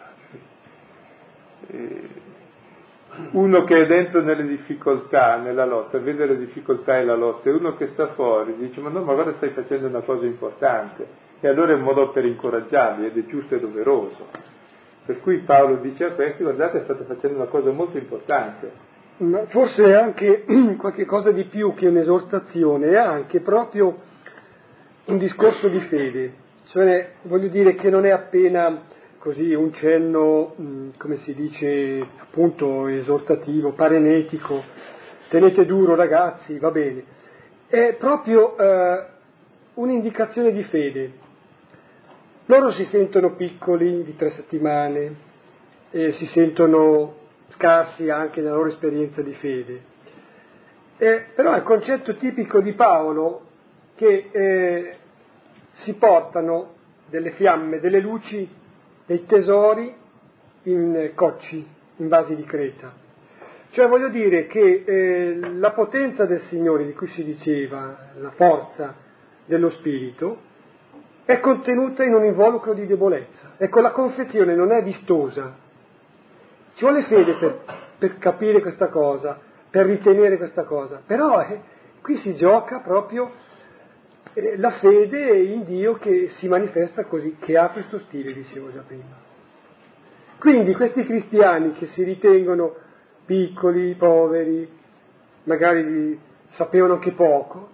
Uno che è dentro nelle difficoltà, nella lotta, vede le difficoltà e la lotta, e uno che sta fuori dice ma no, ma guarda stai facendo una cosa importante, e allora è un modo per incoraggiarli ed è giusto e doveroso. Per cui Paolo dice a questi guardate state facendo una cosa molto importante. Ma forse è anche qualche cosa di più che un'esortazione, è anche proprio un discorso di fede, cioè voglio dire che non è appena così un cenno, come si dice, appunto esortativo, parenetico, tenete duro ragazzi, va bene, è proprio un'indicazione di fede. Loro si sentono piccoli di 3 settimane, si sentono scarsi anche nella loro esperienza di fede, però è il concetto tipico di Paolo che si portano delle fiamme, delle luci, dei tesori in cocci, in vasi di creta. Cioè voglio dire che la potenza del Signore di cui si diceva, la forza dello Spirito, è contenuta in un involucro di debolezza. Ecco, la confezione non è vistosa. Ci vuole fede per capire questa cosa, per ritenere questa cosa, però qui si gioca proprio la fede in Dio che si manifesta così, che ha questo stile, dicevo già prima. Quindi questi cristiani che si ritengono piccoli, poveri, magari sapevano anche poco,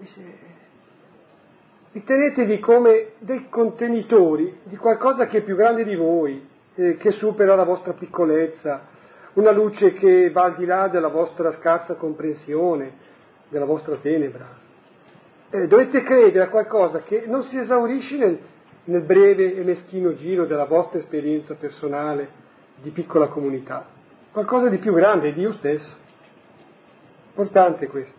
ritenetevi come dei contenitori di qualcosa che è più grande di voi, che supera la vostra piccolezza, una luce che va al di là della vostra scarsa comprensione, della vostra tenebra. Dovete credere a qualcosa che non si esaurisce nel breve e meschino giro della vostra esperienza personale di piccola comunità, qualcosa di più grande, è Dio stesso. Importante questo.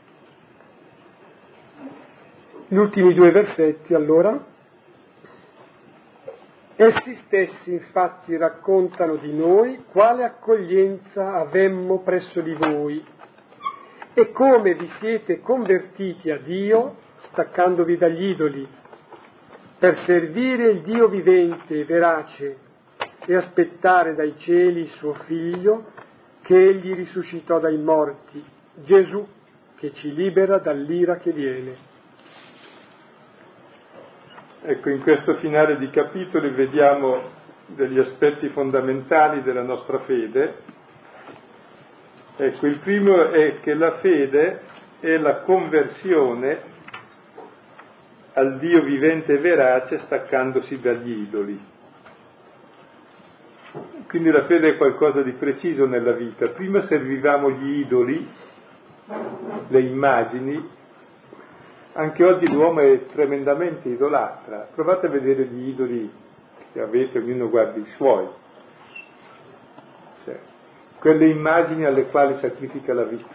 Gli ultimi 2 versetti, allora. Essi stessi infatti raccontano di noi quale accoglienza avemmo presso di voi e come vi siete convertiti a Dio, staccandovi dagli idoli, per servire il Dio vivente e verace e aspettare dai cieli il suo Figlio, che Egli risuscitò dai morti, Gesù, che ci libera dall'ira che viene. Ecco, in questo finale di capitoli vediamo degli aspetti fondamentali della nostra fede. Ecco, il primo è che la fede è la conversione al Dio vivente e verace staccandosi dagli idoli. Quindi la fede è qualcosa di preciso nella vita. Prima servivamo gli idoli, le immagini. Anche oggi l'uomo è tremendamente idolatra. Provate a vedere gli idoli che avete, ognuno guardi i suoi. Cioè, quelle immagini alle quali sacrifica la vita,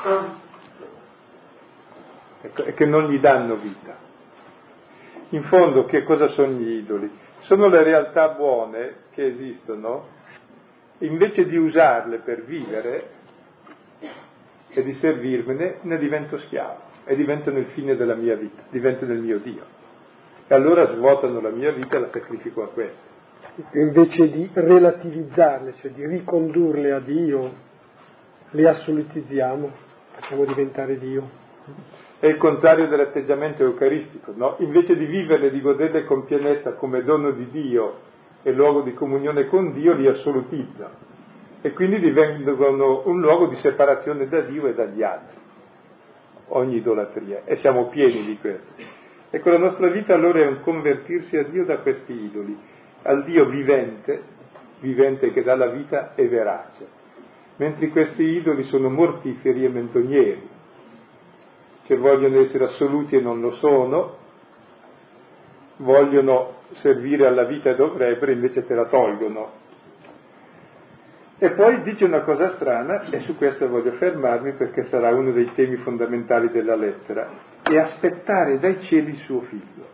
ecco, e che non gli danno vita. In fondo che cosa sono gli idoli? Sono le realtà buone che esistono, invece di usarle per vivere e di servirmene, ne divento schiavo e diventano il fine della mia vita, diventano il mio Dio. E allora svuotano la mia vita e la sacrifico a questo. Invece di relativizzarle, cioè di ricondurle a Dio, le assolutizziamo, facciamo diventare Dio. È il contrario dell'atteggiamento eucaristico, no? Invece di viverle, di goderle con pienezza come dono di Dio e luogo di comunione con Dio, li assolutizza e quindi diventano un luogo di separazione da Dio e dagli altri, ogni idolatria, e siamo pieni di questo. Ecco, la nostra vita allora è un convertirsi a Dio da questi idoli, al Dio vivente che dà la vita e verace, mentre questi idoli sono mortiferi e menzogneri, che vogliono essere assoluti e non lo sono, vogliono servire alla vita e dovrebbero, invece te la tolgono. E poi dice una cosa strana, e su questo voglio fermarmi perché sarà uno dei temi fondamentali della lettera, e aspettare dai cieli il suo figlio.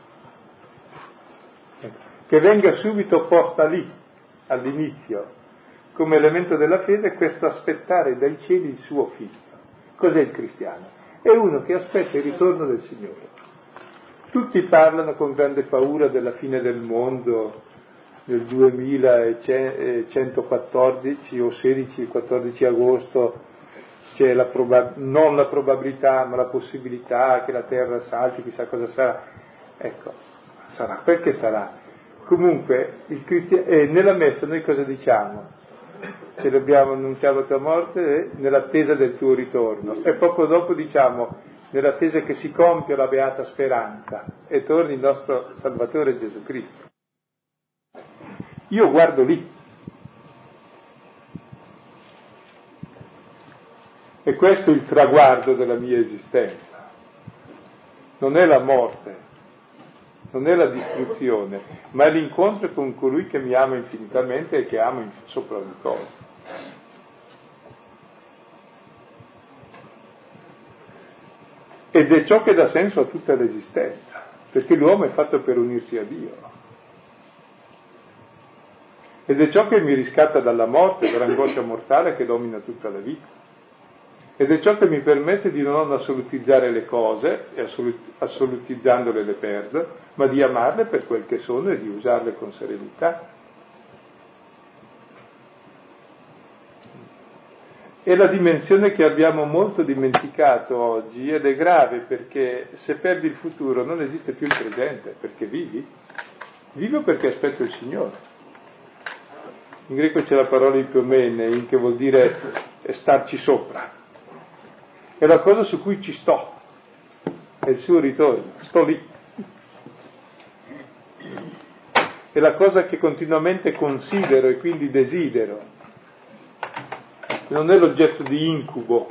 Che venga subito posta lì, all'inizio, come elemento della fede, questo aspettare dai cieli il suo figlio. Cos'è il cristiano? È uno che aspetta il ritorno del Signore. Tutti parlano con grande paura della fine del mondo, del 2114 o 14 agosto, c'è non la probabilità, ma la possibilità che la terra salti, chissà cosa sarà. Ecco, sarà quel che sarà. Comunque, nella messa noi cosa diciamo? Celebriamo annunciare la tua morte nell'attesa del tuo ritorno, e poco dopo diciamo nell'attesa che si compia la beata speranza e torni il nostro Salvatore Gesù Cristo. Io guardo lì, e questo è il traguardo della mia esistenza, non è la morte, non è la distruzione, ma è l'incontro con colui che mi ama infinitamente e che ama sopra ogni cosa. Ed è ciò che dà senso a tutta l'esistenza, perché l'uomo è fatto per unirsi a Dio. Ed è ciò che mi riscatta dalla morte, dall'angoscia mortale che domina tutta la vita. Ed è ciò che mi permette di non assolutizzare le cose, e assolutizzandole le perdo, ma di amarle per quel che sono e di usarle con serenità. È la dimensione che abbiamo molto dimenticato oggi, ed è grave, perché se perdi il futuro non esiste più il presente, perché vivi. Vivo perché aspetto il Signore. In greco c'è la parola ipomenein, che vuol dire starci sopra. È la cosa su cui ci sto, è il suo ritorno, sto lì. È la cosa che continuamente considero e quindi desidero. Non è l'oggetto di incubo,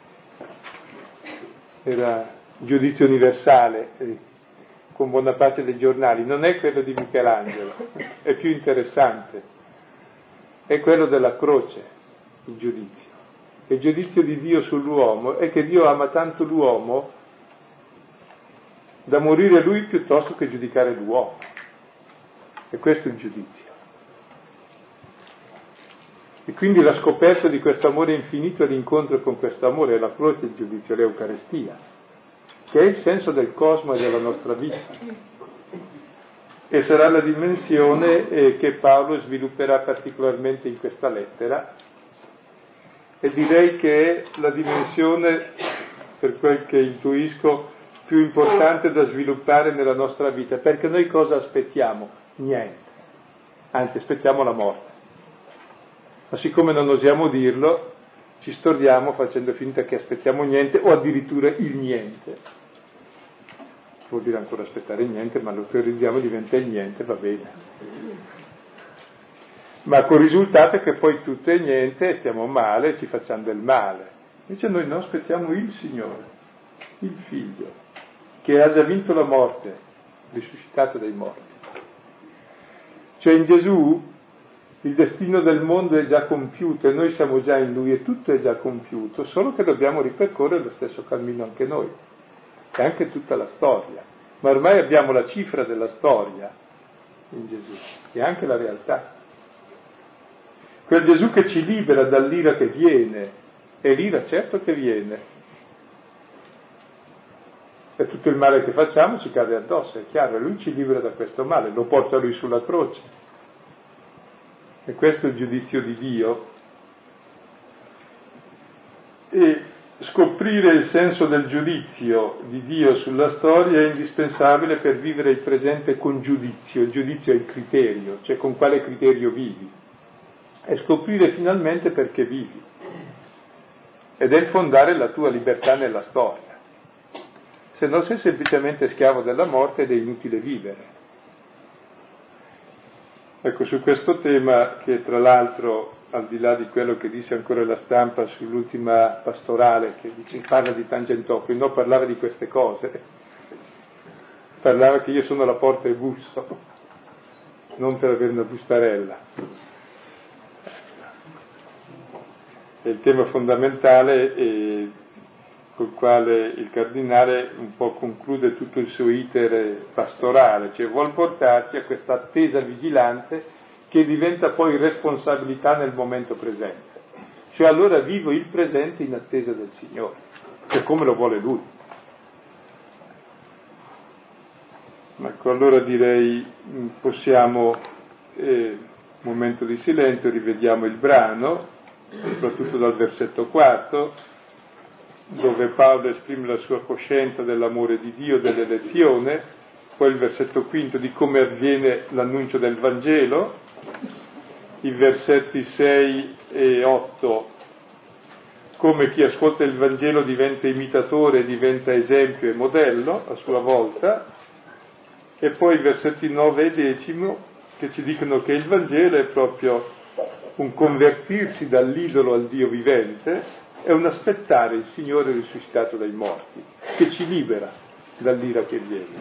era giudizio universale, con buona pace dei giornali, non è quello di Michelangelo, è più interessante, è quello della croce, il giudizio. Il giudizio di Dio sull'uomo è che Dio ama tanto l'uomo da morire lui piuttosto che giudicare l'uomo, e questo è il giudizio. E quindi la scoperta di questo amore infinito e l'incontro con questo amore è la croce, il giudizio, l'Eucarestia, che è il senso del cosmo e della nostra vita. E sarà la dimensione che Paolo svilupperà particolarmente in questa lettera, e direi che è la dimensione, per quel che intuisco, più importante da sviluppare nella nostra vita, perché noi cosa aspettiamo? Niente, anzi aspettiamo la morte. Ma siccome non osiamo dirlo, ci stordiamo facendo finta che aspettiamo niente, o addirittura il niente. Vuol dire ancora aspettare niente, ma lo teorizziamo, diventa il niente, va bene. Ma col risultato che poi tutto è niente e stiamo male, ci facciamo del male. Invece noi non aspettiamo il Signore, il Figlio, che ha già vinto la morte, risuscitato dai morti. Cioè in Gesù Il destino del mondo è già compiuto e noi siamo già in Lui e tutto è già compiuto, solo che dobbiamo ripercorrere lo stesso cammino anche noi, e anche tutta la storia. Ma ormai abbiamo la cifra della storia in Gesù, e anche la realtà. Quel Gesù che ci libera dall'ira che viene, e l'ira certo che viene, e tutto il male che facciamo ci cade addosso, è chiaro, e Lui ci libera da questo male, lo porta Lui sulla croce. E questo è il giudizio di Dio. E scoprire il senso del giudizio di Dio sulla storia è indispensabile per vivere il presente con giudizio. Il giudizio è il criterio, cioè con quale criterio vivi. E scoprire finalmente perché vivi. Ed è fondare la tua libertà nella storia. Se no sei semplicemente schiavo della morte ed è inutile vivere. Ecco, su questo tema, che tra l'altro, al di là di quello che disse ancora la stampa sull'ultima pastorale, che parla di Tangentopoli, no, parlava di queste cose, parlava che io sono alla porta e busso, non per avere una bustarella. È il tema fondamentale col quale il cardinale un po' conclude tutto il suo iter pastorale, cioè vuol portarci a questa attesa vigilante che diventa poi responsabilità nel momento presente. Cioè allora vivo il presente in attesa del Signore, che come lo vuole Lui. Ecco, allora direi possiamo, un momento di silenzio, rivediamo il brano, soprattutto dal versetto 4, dove Paolo esprime la sua coscienza dell'amore di Dio, dell'elezione, poi il versetto 5 di come avviene l'annuncio del Vangelo, i versetti 6 e 8, come chi ascolta il Vangelo diventa imitatore, diventa esempio e modello a sua volta, e poi i versetti 9 e 10 che ci dicono che il Vangelo è proprio un convertirsi dall'idolo al Dio vivente, è un aspettare il Signore risuscitato dai morti, che ci libera dall'ira che viene.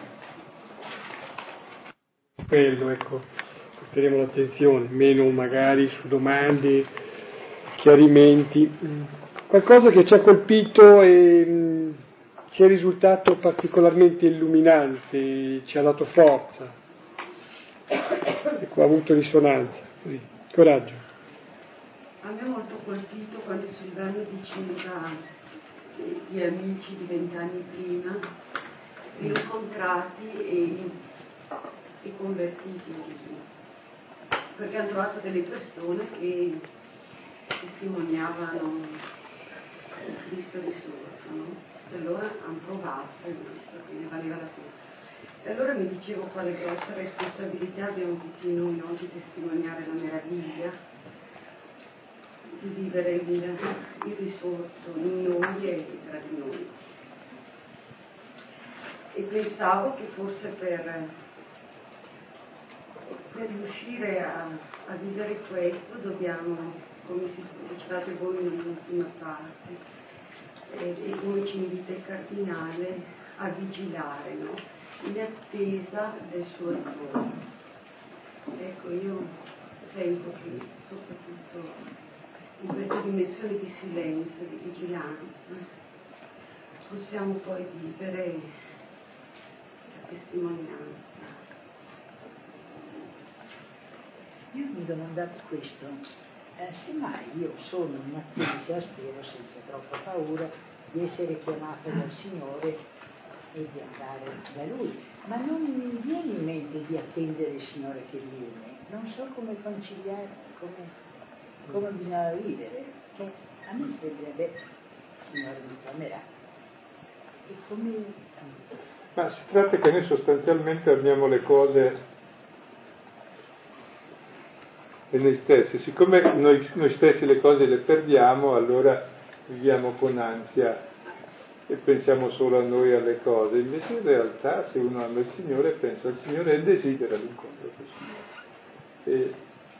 Quello, ecco, porteremo l'attenzione, meno magari su domande, chiarimenti. Qualcosa che ci ha colpito e ci è risultato particolarmente illuminante, ci ha dato forza, ecco, ha avuto risonanza. Così. Coraggio. A me ha molto colpito quando Silvano diceva gli amici di 20 anni prima, rincontrati e convertiti in Gesù, perché hanno trovato delle persone che testimoniavano Cristo risorto, no? E allora hanno provato e ne valeva la pena. E allora mi dicevo quale grossa responsabilità abbiamo tutti noi oggi testimoniare la meraviglia di vivere il risorto in noi e tra di noi. E pensavo che forse per riuscire a vivere questo dobbiamo, come dicevate voi nell'ultima parte, e come ci invita il cardinale, a vigilare, no? In attesa del suo ritorno. Ecco, io sento che soprattutto in questa dimensione di silenzio, di vigilanza, possiamo poi vivere la testimonianza. Io mi domandavo questo, se mai io sono in attesa, spero senza troppa paura, di essere chiamato dal Signore e di andare da Lui, ma non mi viene in mente di attendere il Signore che viene, non so come conciliare, come bisogna vivere, che a me sembrerebbe il Signore mi chiamerà. E come... Ma si tratta che noi sostanzialmente amiamo le cose e noi stessi, siccome noi stessi le cose le perdiamo, allora viviamo con ansia e pensiamo solo a noi e alle cose, invece in realtà se uno ama il Signore pensa al Signore e desidera l'incontro con il Signore.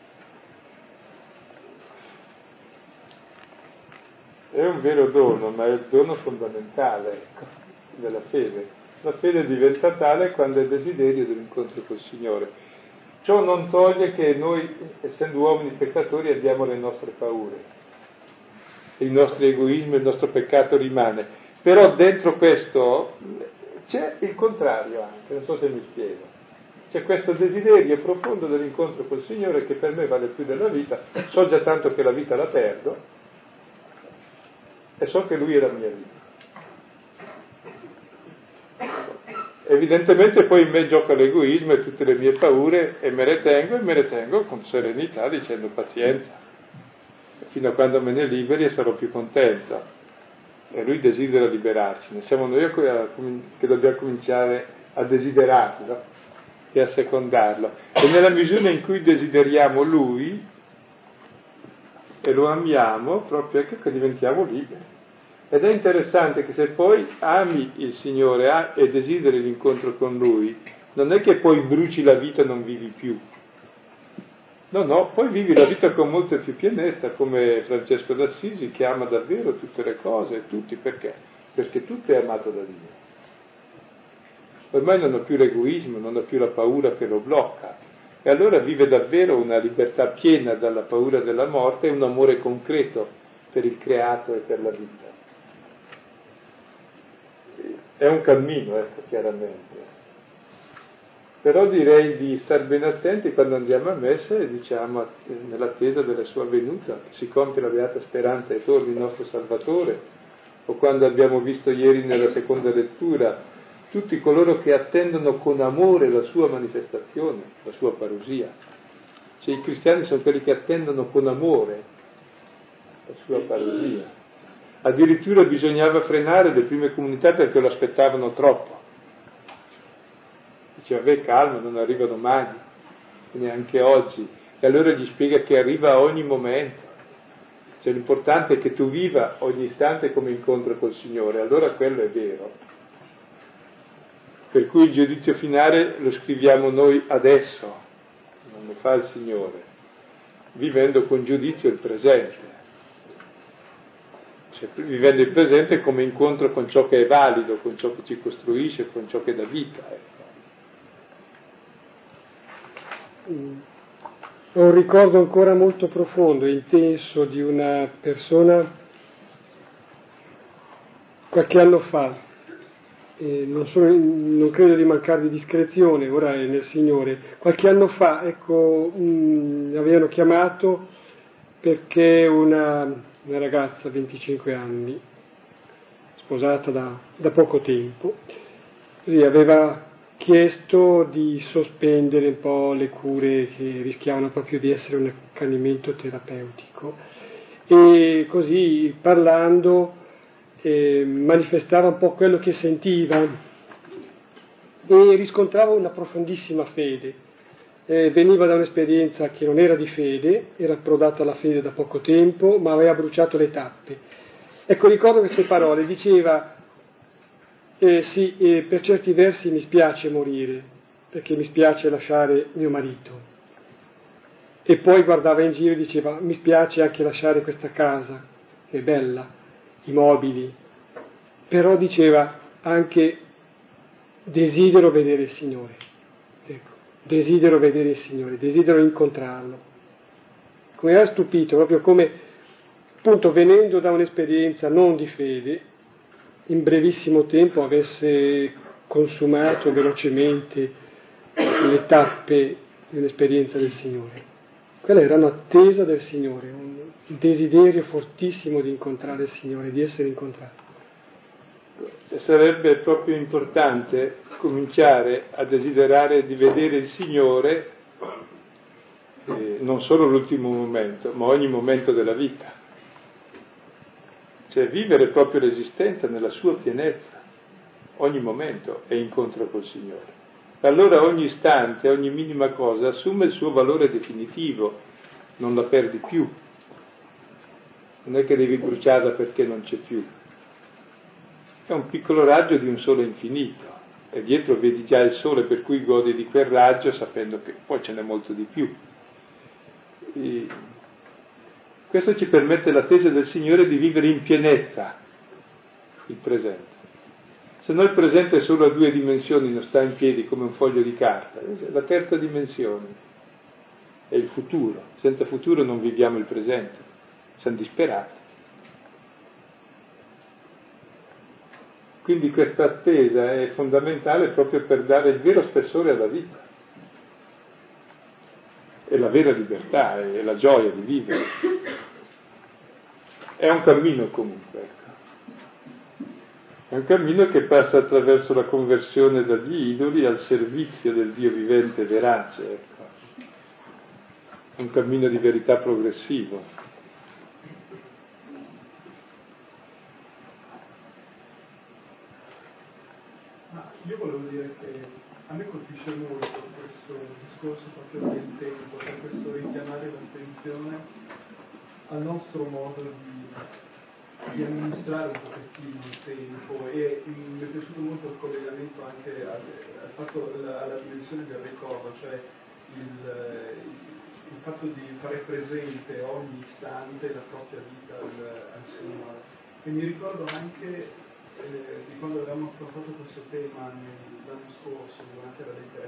È un vero dono, ma è il dono fondamentale, ecco, della fede. La fede diventa tale quando è desiderio dell'incontro col Signore. Ciò non toglie che noi, essendo uomini peccatori, abbiamo le nostre paure, il nostro egoismo, il nostro peccato rimane. Però dentro questo c'è il contrario anche, non so se mi spiego. C'è questo desiderio profondo dell'incontro col Signore che per me vale più della vita. So già tanto che la vita la perdo e so che Lui è la mia vita. Evidentemente poi in me gioca l'egoismo e tutte le mie paure e me le tengo con serenità dicendo pazienza, fino a quando me ne liberi e sarò più contento. E Lui desidera liberarci, siamo noi che dobbiamo cominciare a desiderarlo e a secondarlo. E nella misura in cui desideriamo Lui e lo amiamo, proprio ecco che diventiamo liberi. Ed è interessante che se poi ami il Signore e desideri l'incontro con Lui, non è che poi bruci la vita e non vivi più. No, poi vivi la vita con molta più pienezza, come Francesco d'Assisi, che ama davvero tutte le cose, tutti, perché? Perché tutto è amato da Dio. Ormai non ha più l'egoismo, non ha più la paura che lo blocca, e allora vive davvero una libertà piena dalla paura della morte e un amore concreto per il creato e per la vita. È un cammino, ecco, chiaramente. Però direi di star bene attenti quando andiamo a messa e diciamo nell'attesa della sua venuta, che si compie la beata speranza e torni il nostro Salvatore, o quando abbiamo visto ieri nella seconda lettura tutti coloro che attendono con amore la sua manifestazione, la sua parusia. Cioè i cristiani sono quelli che attendono con amore la sua parusia. Addirittura bisognava frenare le prime comunità perché lo aspettavano troppo. Diceva, calma, non arrivano mai, neanche oggi. E allora gli spiega che arriva a ogni momento. Cioè l'importante è che tu viva ogni istante come incontro col Signore, allora quello è vero. Per cui il giudizio finale lo scriviamo noi adesso, non lo fa il Signore, vivendo con giudizio il presente. Cioè, vivendo il presente come incontro con ciò che è valido, con ciò che ci costruisce, con ciò che dà vita. Ho un ricordo ancora molto profondo e intenso di una persona qualche anno fa, non credo di mancare di discrezione, ora è nel Signore. Qualche anno fa, avevano chiamato perché una ragazza, 25 anni, sposata da poco tempo, così aveva chiesto di sospendere un po' le cure che rischiavano proprio di essere un accanimento terapeutico, e così parlando manifestava un po' quello che sentiva e riscontrava una profondissima fede. Veniva da un'esperienza che non era di fede, era approdata alla fede da poco tempo, ma aveva bruciato le tappe. Ecco, ricordo queste parole, diceva sì, per certi versi mi spiace morire, perché mi spiace lasciare mio marito. E poi guardava in giro e diceva, mi spiace anche lasciare questa casa, che è bella, i mobili, però diceva anche desidero vedere il Signore, ecco, desidero vedere il Signore, desidero incontrarlo. Come era stupito, proprio come appunto venendo da un'esperienza non di fede, in brevissimo tempo avesse consumato velocemente le tappe di un'esperienza del Signore. Quella era un'attesa del Signore, un desiderio fortissimo di incontrare il Signore, di essere incontrato. Sarebbe proprio importante cominciare a desiderare di vedere il Signore non solo l'ultimo momento, ma ogni momento della vita. Cioè vivere proprio l'esistenza nella sua pienezza, ogni momento è incontro col Signore. Allora ogni istante, ogni minima cosa assume il suo valore definitivo, non la perdi più. Non è che devi bruciarla perché non c'è più. È un piccolo raggio di un sole infinito e dietro vedi già il sole, per cui godi di quel raggio sapendo che poi ce n'è molto di più. E questo ci permette l'attesa del Signore di vivere in pienezza il presente. Se no il presente è solo a 2 dimensioni, non sta in piedi come un foglio di carta, è la terza dimensione. è il futuro. Senza futuro non viviamo il presente, siamo disperati. Quindi questa attesa è fondamentale proprio per dare il vero spessore alla vita, e la vera libertà, e la gioia di vivere. È un cammino comunque, ecco. È un cammino che passa attraverso la conversione dagli idoli al servizio del Dio vivente e verace, ecco. È un cammino di verità progressivo. Io volevo dire che a me colpisce molto questo discorso proprio del tempo, cioè questo richiamare l'attenzione al nostro modo di amministrare un pochettino il tempo, e mi è piaciuto molto il collegamento anche al fatto, alla dimensione del ricordo, cioè il fatto di fare presente ogni istante la propria vita al Signore. E mi ricordo anche di quando avevamo affrontato questo tema l'anno scorso durante la lettera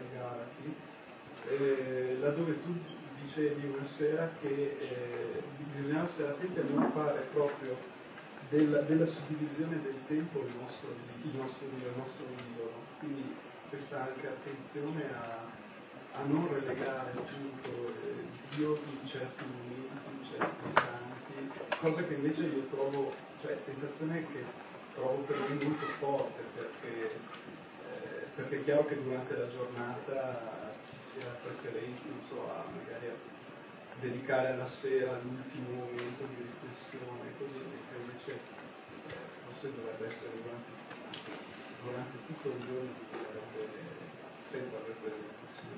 ai Galati, laddove tu dicevi una sera che bisognava stare attenti a non fare proprio della suddivisione del tempo il nostro idolo. Quindi questa anche attenzione a non relegare appunto Dio in certi momenti, in certi istanti, cosa che invece io trovo, cioè sensazione che trovo per me molto forte, perché è chiaro che durante la giornata ci sia preferenti, non so, magari a dedicare alla sera l'ultimo momento di riflessione, così, che invece forse dovrebbe essere durante tutto il giorno, dovrebbe sempre avere presente.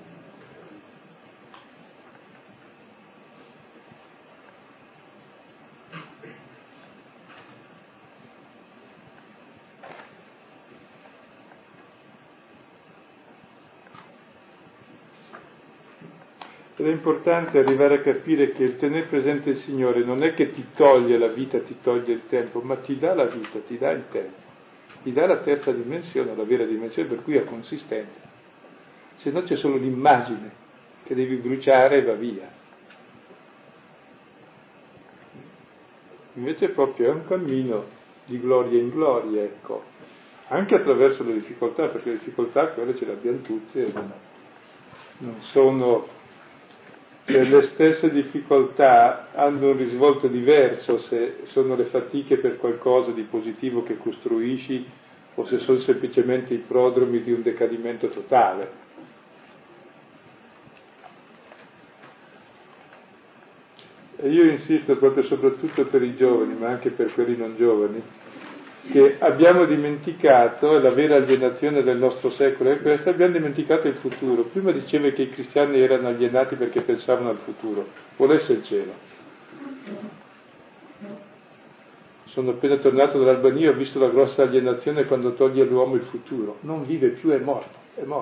Ed è importante arrivare a capire che il tenere presente il Signore non è che ti toglie la vita, ti toglie il tempo, ma ti dà la vita, ti dà il tempo, ti dà la terza dimensione, la vera dimensione, per cui ha consistenza. Se no c'è solo l'immagine che devi bruciare e va via. Invece proprio è un cammino di gloria in gloria, ecco, anche attraverso le difficoltà, perché le difficoltà quelle ce le abbiamo tutte, non sono... le stesse difficoltà hanno un risvolto diverso se sono le fatiche per qualcosa di positivo che costruisci o se sono semplicemente i prodromi di un decadimento totale. E io insisto proprio soprattutto per i giovani, ma anche per quelli non giovani, che abbiamo dimenticato, la vera alienazione del nostro secolo è questa, abbiamo dimenticato il futuro. Prima diceva che i cristiani erano alienati perché pensavano al futuro, volesse il cielo. Sono appena tornato dall'Albania, ho visto la grossa alienazione quando toglie all'uomo il futuro, non vive più, è morto,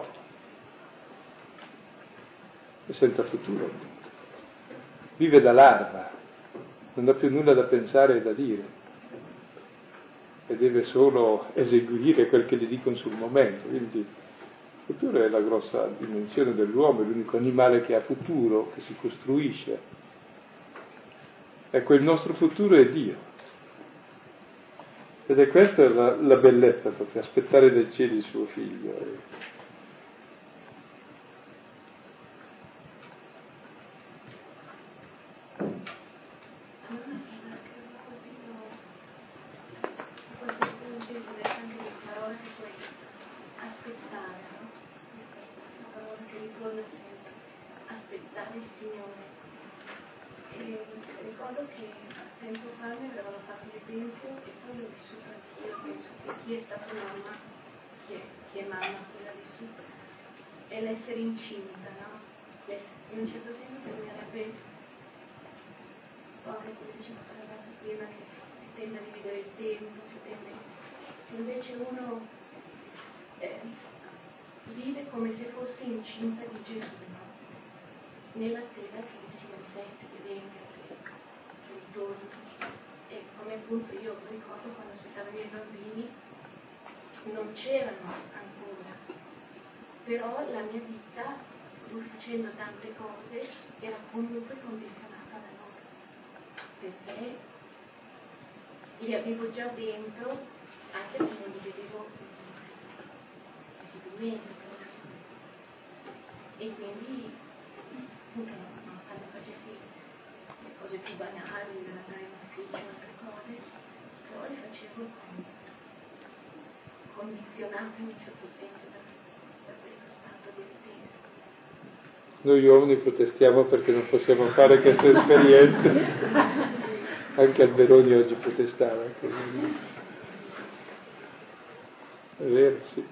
è senza futuro, vive da larva, non ha più nulla da pensare e da dire, e deve solo eseguire quel che gli dicono sul momento. Quindi il futuro è la grossa dimensione dell'uomo, è l'unico animale che ha futuro, che si costruisce. Ecco, il nostro futuro è Dio. Ed è questa la bellezza, proprio, aspettare dai cieli il suo figlio. Aspettare il Signore. E ricordo che tempo fa mi avevano fatto l'esempio e poi l'ho vissuto anch'io. Penso che chi è stato mamma, chi è mamma, quella vissuta, è l'essere incinta, no? In un certo senso bisognerebbe, come diceva la ragazza prima, che si tende a dividere il tempo, se invece uno vive come se fosse incinta di Gesù, no? Nell'attesa che si manifesti, che venga, che ritorni. E come appunto io ricordo quando aspettavo i miei bambini non c'erano ancora, però la mia vita, lui faceva facendo tante cose, era comunque condizionata da noi, perché li avevo già dentro, anche se non li vedevo visibilmente. E quindi, nonostante facessi le cose più banali, andare in ufficio, altre cose, però le facevo condizionate in un certo senso da questo stato di attesa. Noi uomini protestiamo perché non possiamo fare queste esperienze. Anche Alberoni oggi protestava. È vero, sì.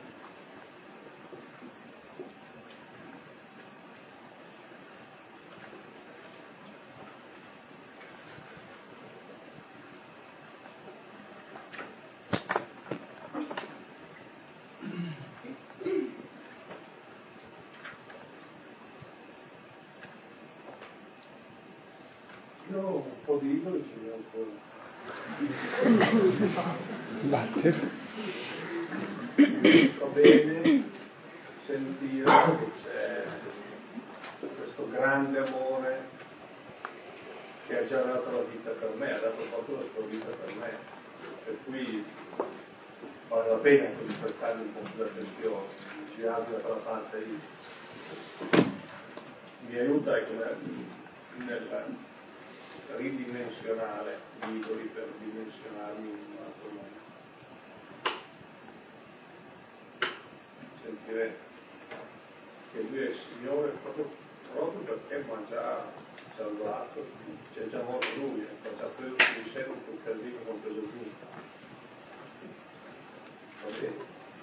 Io ho un po' di idoli ce li ho ancora. Va bene sentire che c'è questo grande amore che ha già dato la vita per me, ha dato proprio la sua vita per me, per cui vale la pena così prestargli un po' più d'attenzione, ci alza dalla parte mi aiuta nel ridimensionare gli idoli per dimensionarmi in un altro modo. Sentire che lui è il Signore proprio perché mi ha già salvato, c'è già morto lui, ha già preso su sé tutto il casino che ho preso giù. Va bene.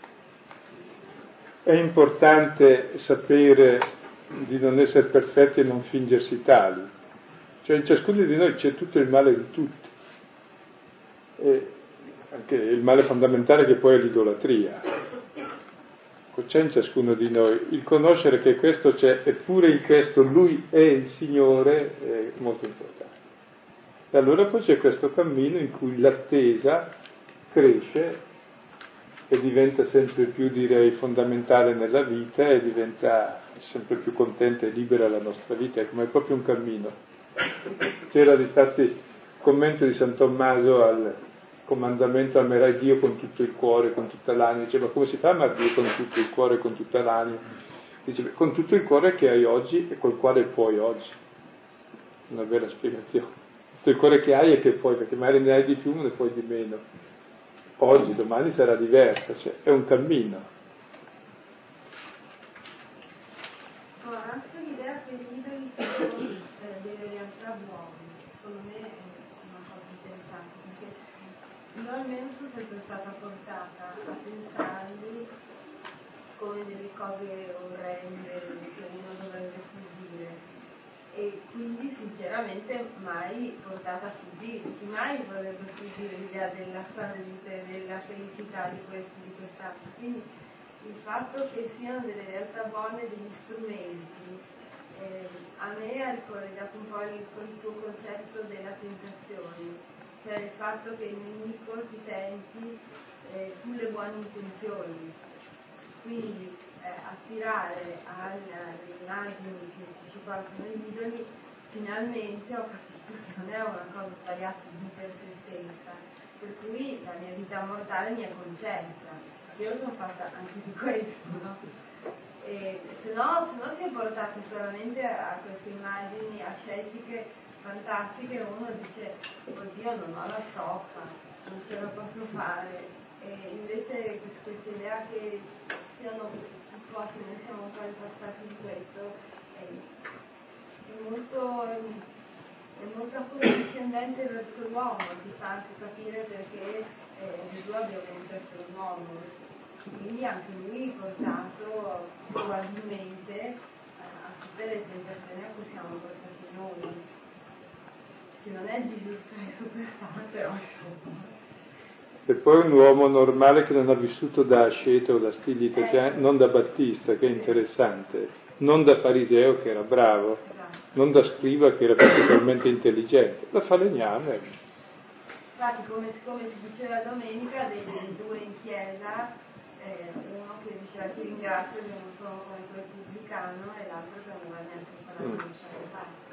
È importante sapere di non essere perfetti e non fingersi tali. Cioè in ciascuno di noi c'è tutto il male di tutti. E anche il male fondamentale che poi è l'idolatria. C'è in ciascuno di noi. Il conoscere che questo c'è, eppure in questo Lui è il Signore, è molto importante. E allora poi c'è questo cammino in cui l'attesa cresce e diventa sempre più, direi, fondamentale nella vita e diventa sempre più contenta e libera la nostra vita, è come proprio un cammino. C'era difatti commento di San Tommaso al comandamento amerai Dio con tutto il cuore, con tutta l'anima. Diceva, come si fa a amare Dio con tutto il cuore, con tutta l'anima? Dice, con tutto il cuore che hai oggi e col quale puoi oggi. Una bella spiegazione. Tutto il cuore che hai e che puoi, perché magari ne hai di più, ne puoi di meno. Oggi, domani sarà diversa, cioè è un cammino. Anche l'idea che gli idoli sono delle realtà buone, secondo me è una cosa interessante, perché io almeno sono sempre stata portata a pensarli come delle cose orrende che uno dovrebbe fuggire e quindi sinceramente mai portata a fuggire, mai vorrebbe fuggire l'idea della salute, della felicità di questo, di quest'altro. Quindi il fatto che siano delle realtà buone, degli strumenti, a me ha ricordato un po' il tuo concetto della tentazione, cioè il fatto che il nemico si tenti sulle buone intenzioni, quindi aspirare alle immagini che ci portano gli idoli, finalmente ho capito che non è una cosa sbagliata di per se stessa, per cui la mia vita mortale mi è concessa. Io sono fatta anche di questo, no? Se no si è portati solamente a queste immagini ascetiche fantastiche, uno dice oddio non ho la stoffa, non ce la posso fare, e invece questa idea che siano un po', se noi siamo un po' impostati di questo, è molto accondiscendente verso l'uomo, ti fa anche capire perché Gesù abbia voluto essere un uomo. Quindi anche lui portato probabilmente a tutte le tentazioni a cui siamo portati noi, che non è Gesù Superstar, però insomma. E poi un uomo normale che non ha vissuto da asceta o da stilita, non da Battista, che è interessante, non da fariseo che era bravo, non da scriba che era particolarmente intelligente, da falegname. Infatti come si diceva domenica, dei due in chiesa, uno che diceva ti ringrazio che non sono come quel pubblicano e l'altro che non aveva neanche imparato a lasciare le paste.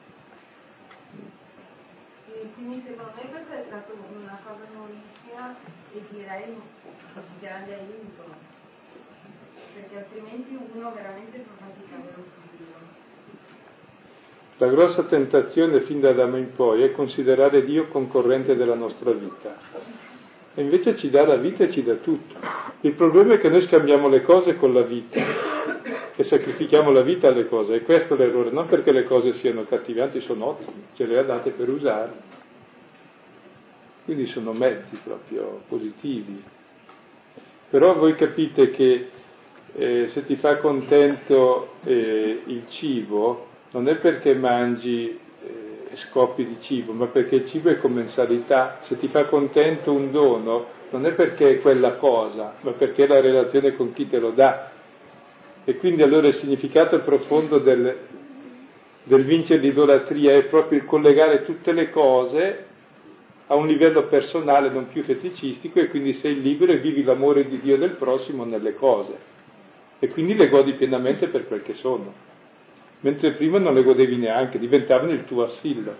E quindi secondo me questa è stata una cosa nuovissima e direi di grande aiuto, perché altrimenti uno veramente fa fatica a avere un futuro. La grossa tentazione fin da Adamo in poi è considerare Dio concorrente della nostra vita. E invece ci dà la vita e ci dà tutto. Il problema è che noi scambiamo le cose con la vita e sacrifichiamo la vita alle cose. E questo è l'errore, non perché le cose siano cattive, anzi sono ottime, ce le ha date per usarle. Quindi sono mezzi proprio positivi. Però voi capite che se ti fa contento il cibo, non è perché mangi scopi di cibo, ma perché il cibo è commensalità. Se ti fa contento un dono, non è perché è quella cosa, ma perché è la relazione con chi te lo dà. E quindi allora il significato profondo del vincere l'idolatria è proprio il collegare tutte le cose a un livello personale, non più feticistico, e quindi sei libero e vivi l'amore di Dio e del prossimo nelle cose. E quindi le godi pienamente per quel che sono. Mentre prima non le godevi neanche, diventavano il tuo assillo.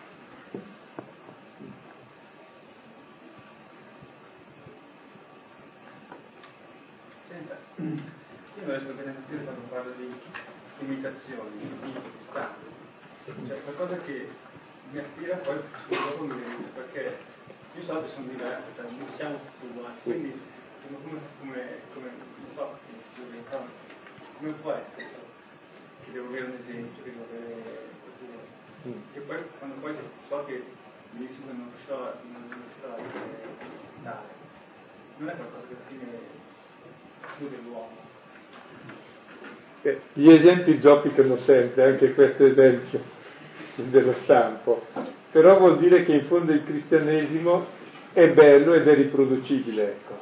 Senta, io ho detto che nella mattina quando parlo di imitazioni, di stati, cioè qualcosa che mi attira poi dopo mi viene, perché io so che sono diversi, cioè non siamo tutti uguali, quindi come non so, come può essere? Che devo avere un esempio, che devo avere così. E poi quando poi so che benissimo che non riuscirò a dare, non è qualcosa che alla fine chiude l'uomo. Gli esempi zoppicano sempre, anche questo esempio dello stampo. Però vuol dire che in fondo il cristianesimo è bello ed è riproducibile, ecco.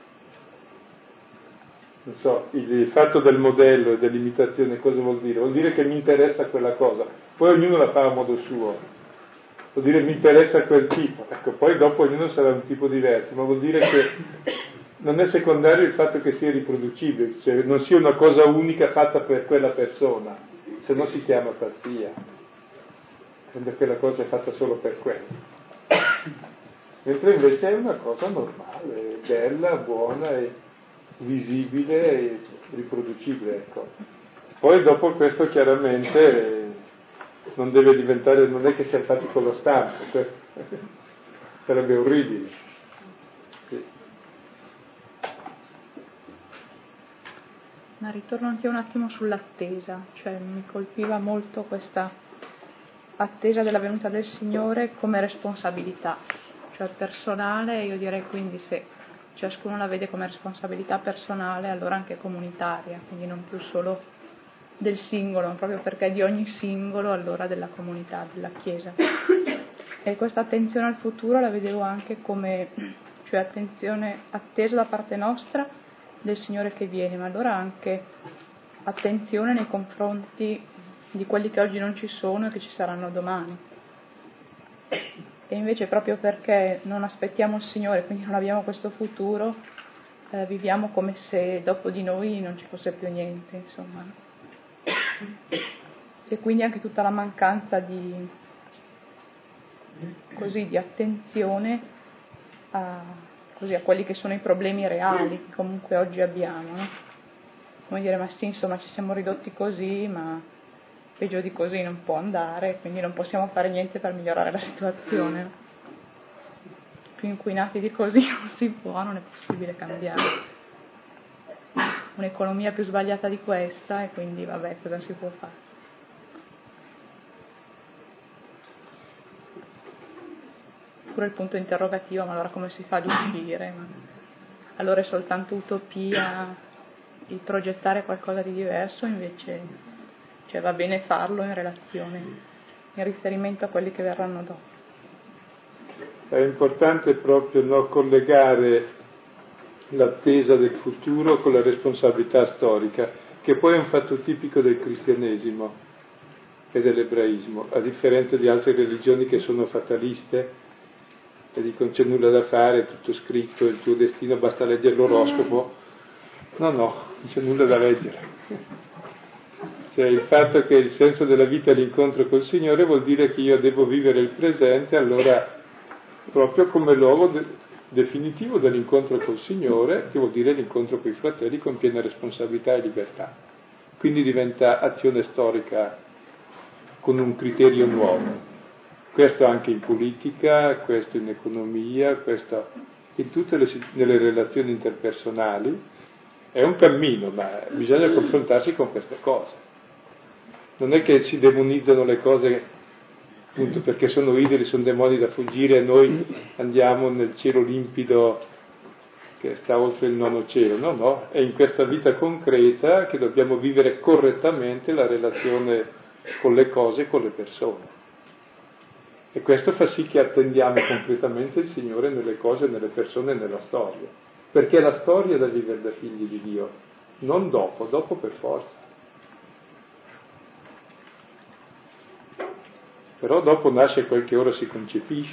Non so, il fatto del modello e dell'imitazione cosa vuol dire? Vuol dire che mi interessa quella cosa, poi ognuno la fa a modo suo. Vuol dire mi interessa quel tipo, ecco, poi dopo ognuno sarà un tipo diverso, ma vuol dire che non è secondario il fatto che sia riproducibile, cioè non sia una cosa unica fatta per quella persona, se no si chiama pazzia, quando quella cosa è fatta solo per quello. Mentre invece è una cosa normale, bella, buona e visibile e riproducibile, ecco. Poi dopo questo chiaramente non deve diventare, non è che sia fatti con lo stampo, sarebbe orribile. Sì. Ma ritorno anche un attimo sull'attesa, cioè mi colpiva molto questa attesa della venuta del Signore come responsabilità, cioè personale. Io direi quindi se ciascuno la vede come responsabilità personale, allora anche comunitaria, quindi non più solo del singolo, ma proprio perché di ogni singolo, allora della comunità, della Chiesa. E questa attenzione al futuro la vedevo anche come, cioè attenzione attesa da parte nostra del Signore che viene, ma allora anche attenzione nei confronti di quelli che oggi non ci sono e che ci saranno domani. E invece proprio perché non aspettiamo il Signore, quindi non abbiamo questo futuro, viviamo come se dopo di noi non ci fosse più niente, insomma. E quindi anche tutta la mancanza di attenzione a quelli che sono i problemi reali che comunque oggi abbiamo, no? Come dire, ma sì, insomma, ci siamo ridotti così, ma peggio di così non può andare, quindi non possiamo fare niente per migliorare la situazione. Più inquinati di così non si può, non è possibile cambiare. Un'economia più sbagliata di questa e quindi vabbè, cosa si può fare? Pure il punto interrogativo, ma allora come si fa ad uscire? Ma allora è soltanto utopia il progettare qualcosa di diverso, invece cioè va bene farlo in relazione, in riferimento a quelli che verranno dopo. È importante proprio collegare l'attesa del futuro con la responsabilità storica, che poi è un fatto tipico del cristianesimo e dell'ebraismo, a differenza di altre religioni che sono fataliste e dicono c'è nulla da fare, è tutto scritto, il tuo destino, basta leggere l'oroscopo No, non c'è nulla da leggere. Cioè il fatto che il senso della vita è l'incontro col Signore vuol dire che io devo vivere il presente, allora proprio come luogo definitivo dell'incontro col Signore, che vuol dire l'incontro con i fratelli con piena responsabilità e libertà. Quindi diventa azione storica con un criterio nuovo. Questo anche in politica, questo in economia, questo in tutte le relazioni interpersonali. È un cammino, ma bisogna confrontarsi con queste cose. Non è che si demonizzano le cose appunto perché sono idoli, sono demoni da fuggire e noi andiamo nel cielo limpido che sta oltre il nono cielo. No, è in questa vita concreta che dobbiamo vivere correttamente la relazione con le cose e con le persone. E questo fa sì che attendiamo concretamente il Signore nelle cose, nelle persone e nella storia. Perché la storia è da vivere da figli di Dio, non dopo per forza. Però dopo nasce quel che ora si concepisce.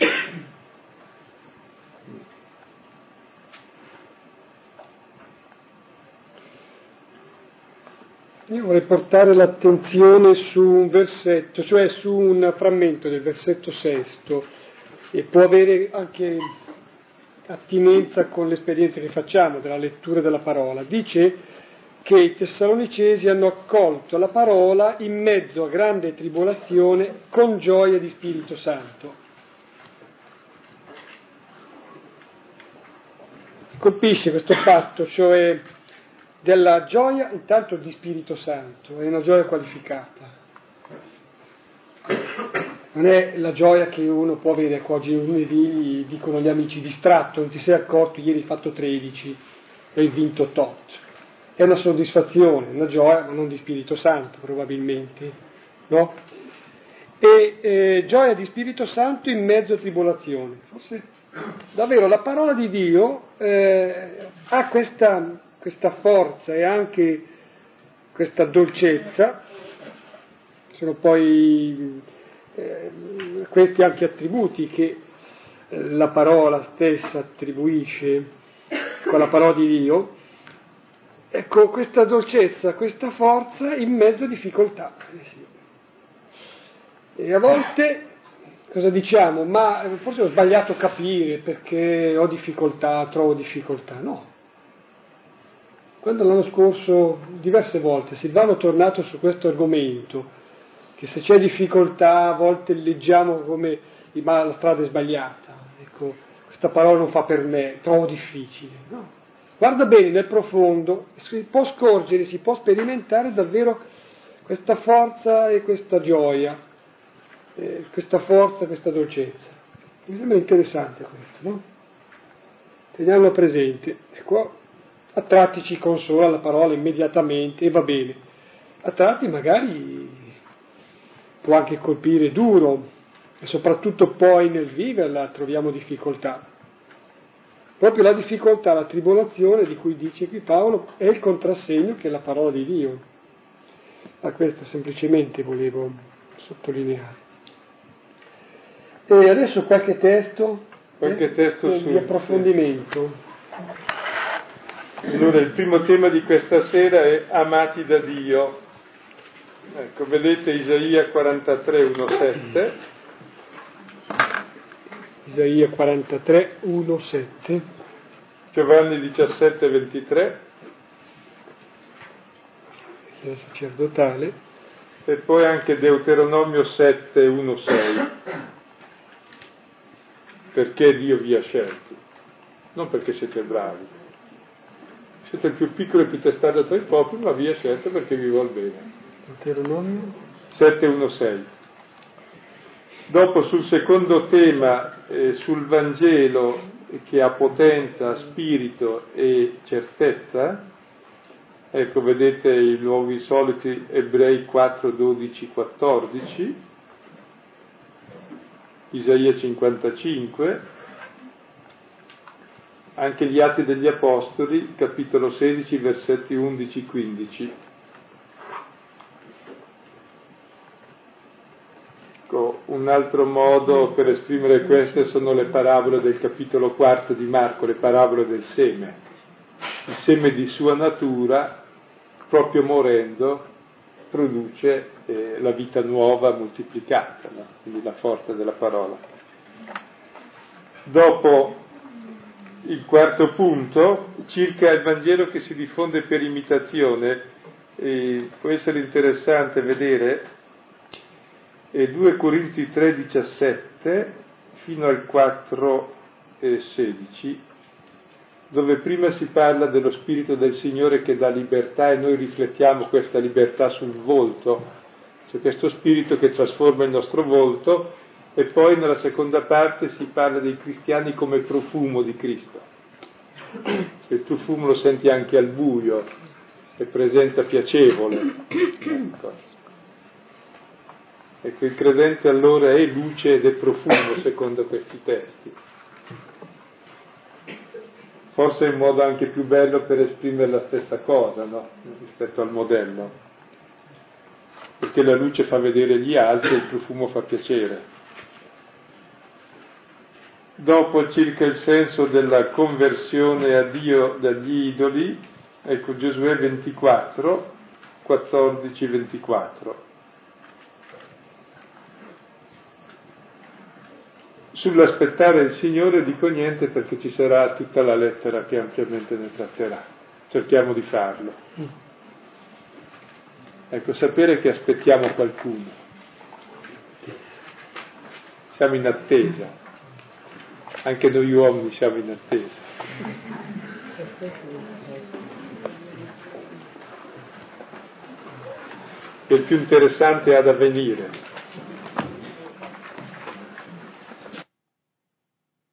Io vorrei portare l'attenzione su un versetto, cioè su un frammento del versetto 6, e può avere anche attinenza con l'esperienza che facciamo della lettura della parola. Dice che i Tessalonicesi hanno accolto la parola in mezzo a grande tribolazione con gioia di Spirito Santo. Colpisce questo fatto, cioè della gioia intanto di Spirito Santo, è una gioia qualificata. Non è la gioia che uno può avere, ecco, oggi lunedì dicono gli amici distratto, non ti sei accorto, ieri hai fatto 13 e hai vinto tot. È una soddisfazione, una gioia, ma non di Spirito Santo probabilmente, no? E gioia di Spirito Santo in mezzo a tribolazione. Forse davvero la parola di Dio ha questa forza e anche questa dolcezza, sono poi questi anche attributi che la parola stessa attribuisce con la parola di Dio. Ecco, questa dolcezza, questa forza in mezzo a difficoltà. E a volte cosa diciamo? Ma forse ho sbagliato a capire perché ho difficoltà, trovo difficoltà. No. Quando l'anno scorso, diverse volte, Silvano è tornato su questo argomento, che se c'è difficoltà a volte leggiamo come ma la strada è sbagliata, ecco, questa parola non fa per me, trovo difficile. No. Guarda bene nel profondo, si può scorgere, si può sperimentare davvero questa forza e questa gioia, questa forza e questa dolcezza. Mi sembra interessante questo, no? Teniamolo presente. E qua a tratti ci consola la parola immediatamente e va bene. A tratti magari può anche colpire duro e soprattutto poi nel viverla troviamo difficoltà. Proprio la difficoltà, la tribolazione di cui dice qui Paolo è il contrassegno che è la parola di Dio. A questo semplicemente volevo sottolineare. E adesso qualche testo di approfondimento. Allora il primo tema di questa sera è amati da Dio. Ecco, vedete Isaia 43, 1-7. Isaia 43, 1-7. Giovanni 17, 23. La sacerdotale. E poi anche Deuteronomio 7, 1-6. Perché Dio vi ha scelti, non perché siete bravi. Siete il più piccolo e più testardo tra i popoli, ma vi ha scelto perché vi vuol bene. Deuteronomio 7, 1-6. Dopo sul secondo tema, sul Vangelo che ha potenza, spirito e certezza, ecco vedete i luoghi soliti Ebrei 4, 12, 14, Isaia 55, anche gli Atti degli Apostoli, capitolo 16, versetti 11, 15. Un altro modo per esprimere queste sono le parabole del capitolo 4 di Marco, le parabole del seme. Il seme di sua natura, proprio morendo, produce la vita nuova moltiplicata, no? Quindi la forza della parola. Dopo il quarto punto, circa il Vangelo che si diffonde per imitazione, può essere interessante vedere 2 Corinzi 3,17 fino al 4,16, dove prima si parla dello Spirito del Signore che dà libertà e noi riflettiamo questa libertà sul volto, cioè questo Spirito che trasforma il nostro volto, e poi nella seconda parte si parla dei cristiani come profumo di Cristo. Il profumo lo senti anche al buio, è presenza piacevole. Ecco, il credente allora è luce ed è profumo secondo questi testi. Forse è un modo anche più bello per esprimere la stessa cosa, no? Rispetto al modello. Perché la luce fa vedere gli altri e il profumo fa piacere. Dopo circa il senso della conversione a Dio dagli idoli, ecco Giosuè 24, 14-24. Sull'aspettare il Signore dico niente perché ci sarà tutta la lettera che ampiamente ne tratterà. Cerchiamo di farlo. Ecco, sapere che aspettiamo qualcuno. Siamo in attesa. Anche noi uomini siamo in attesa. Il più interessante è ad avvenire.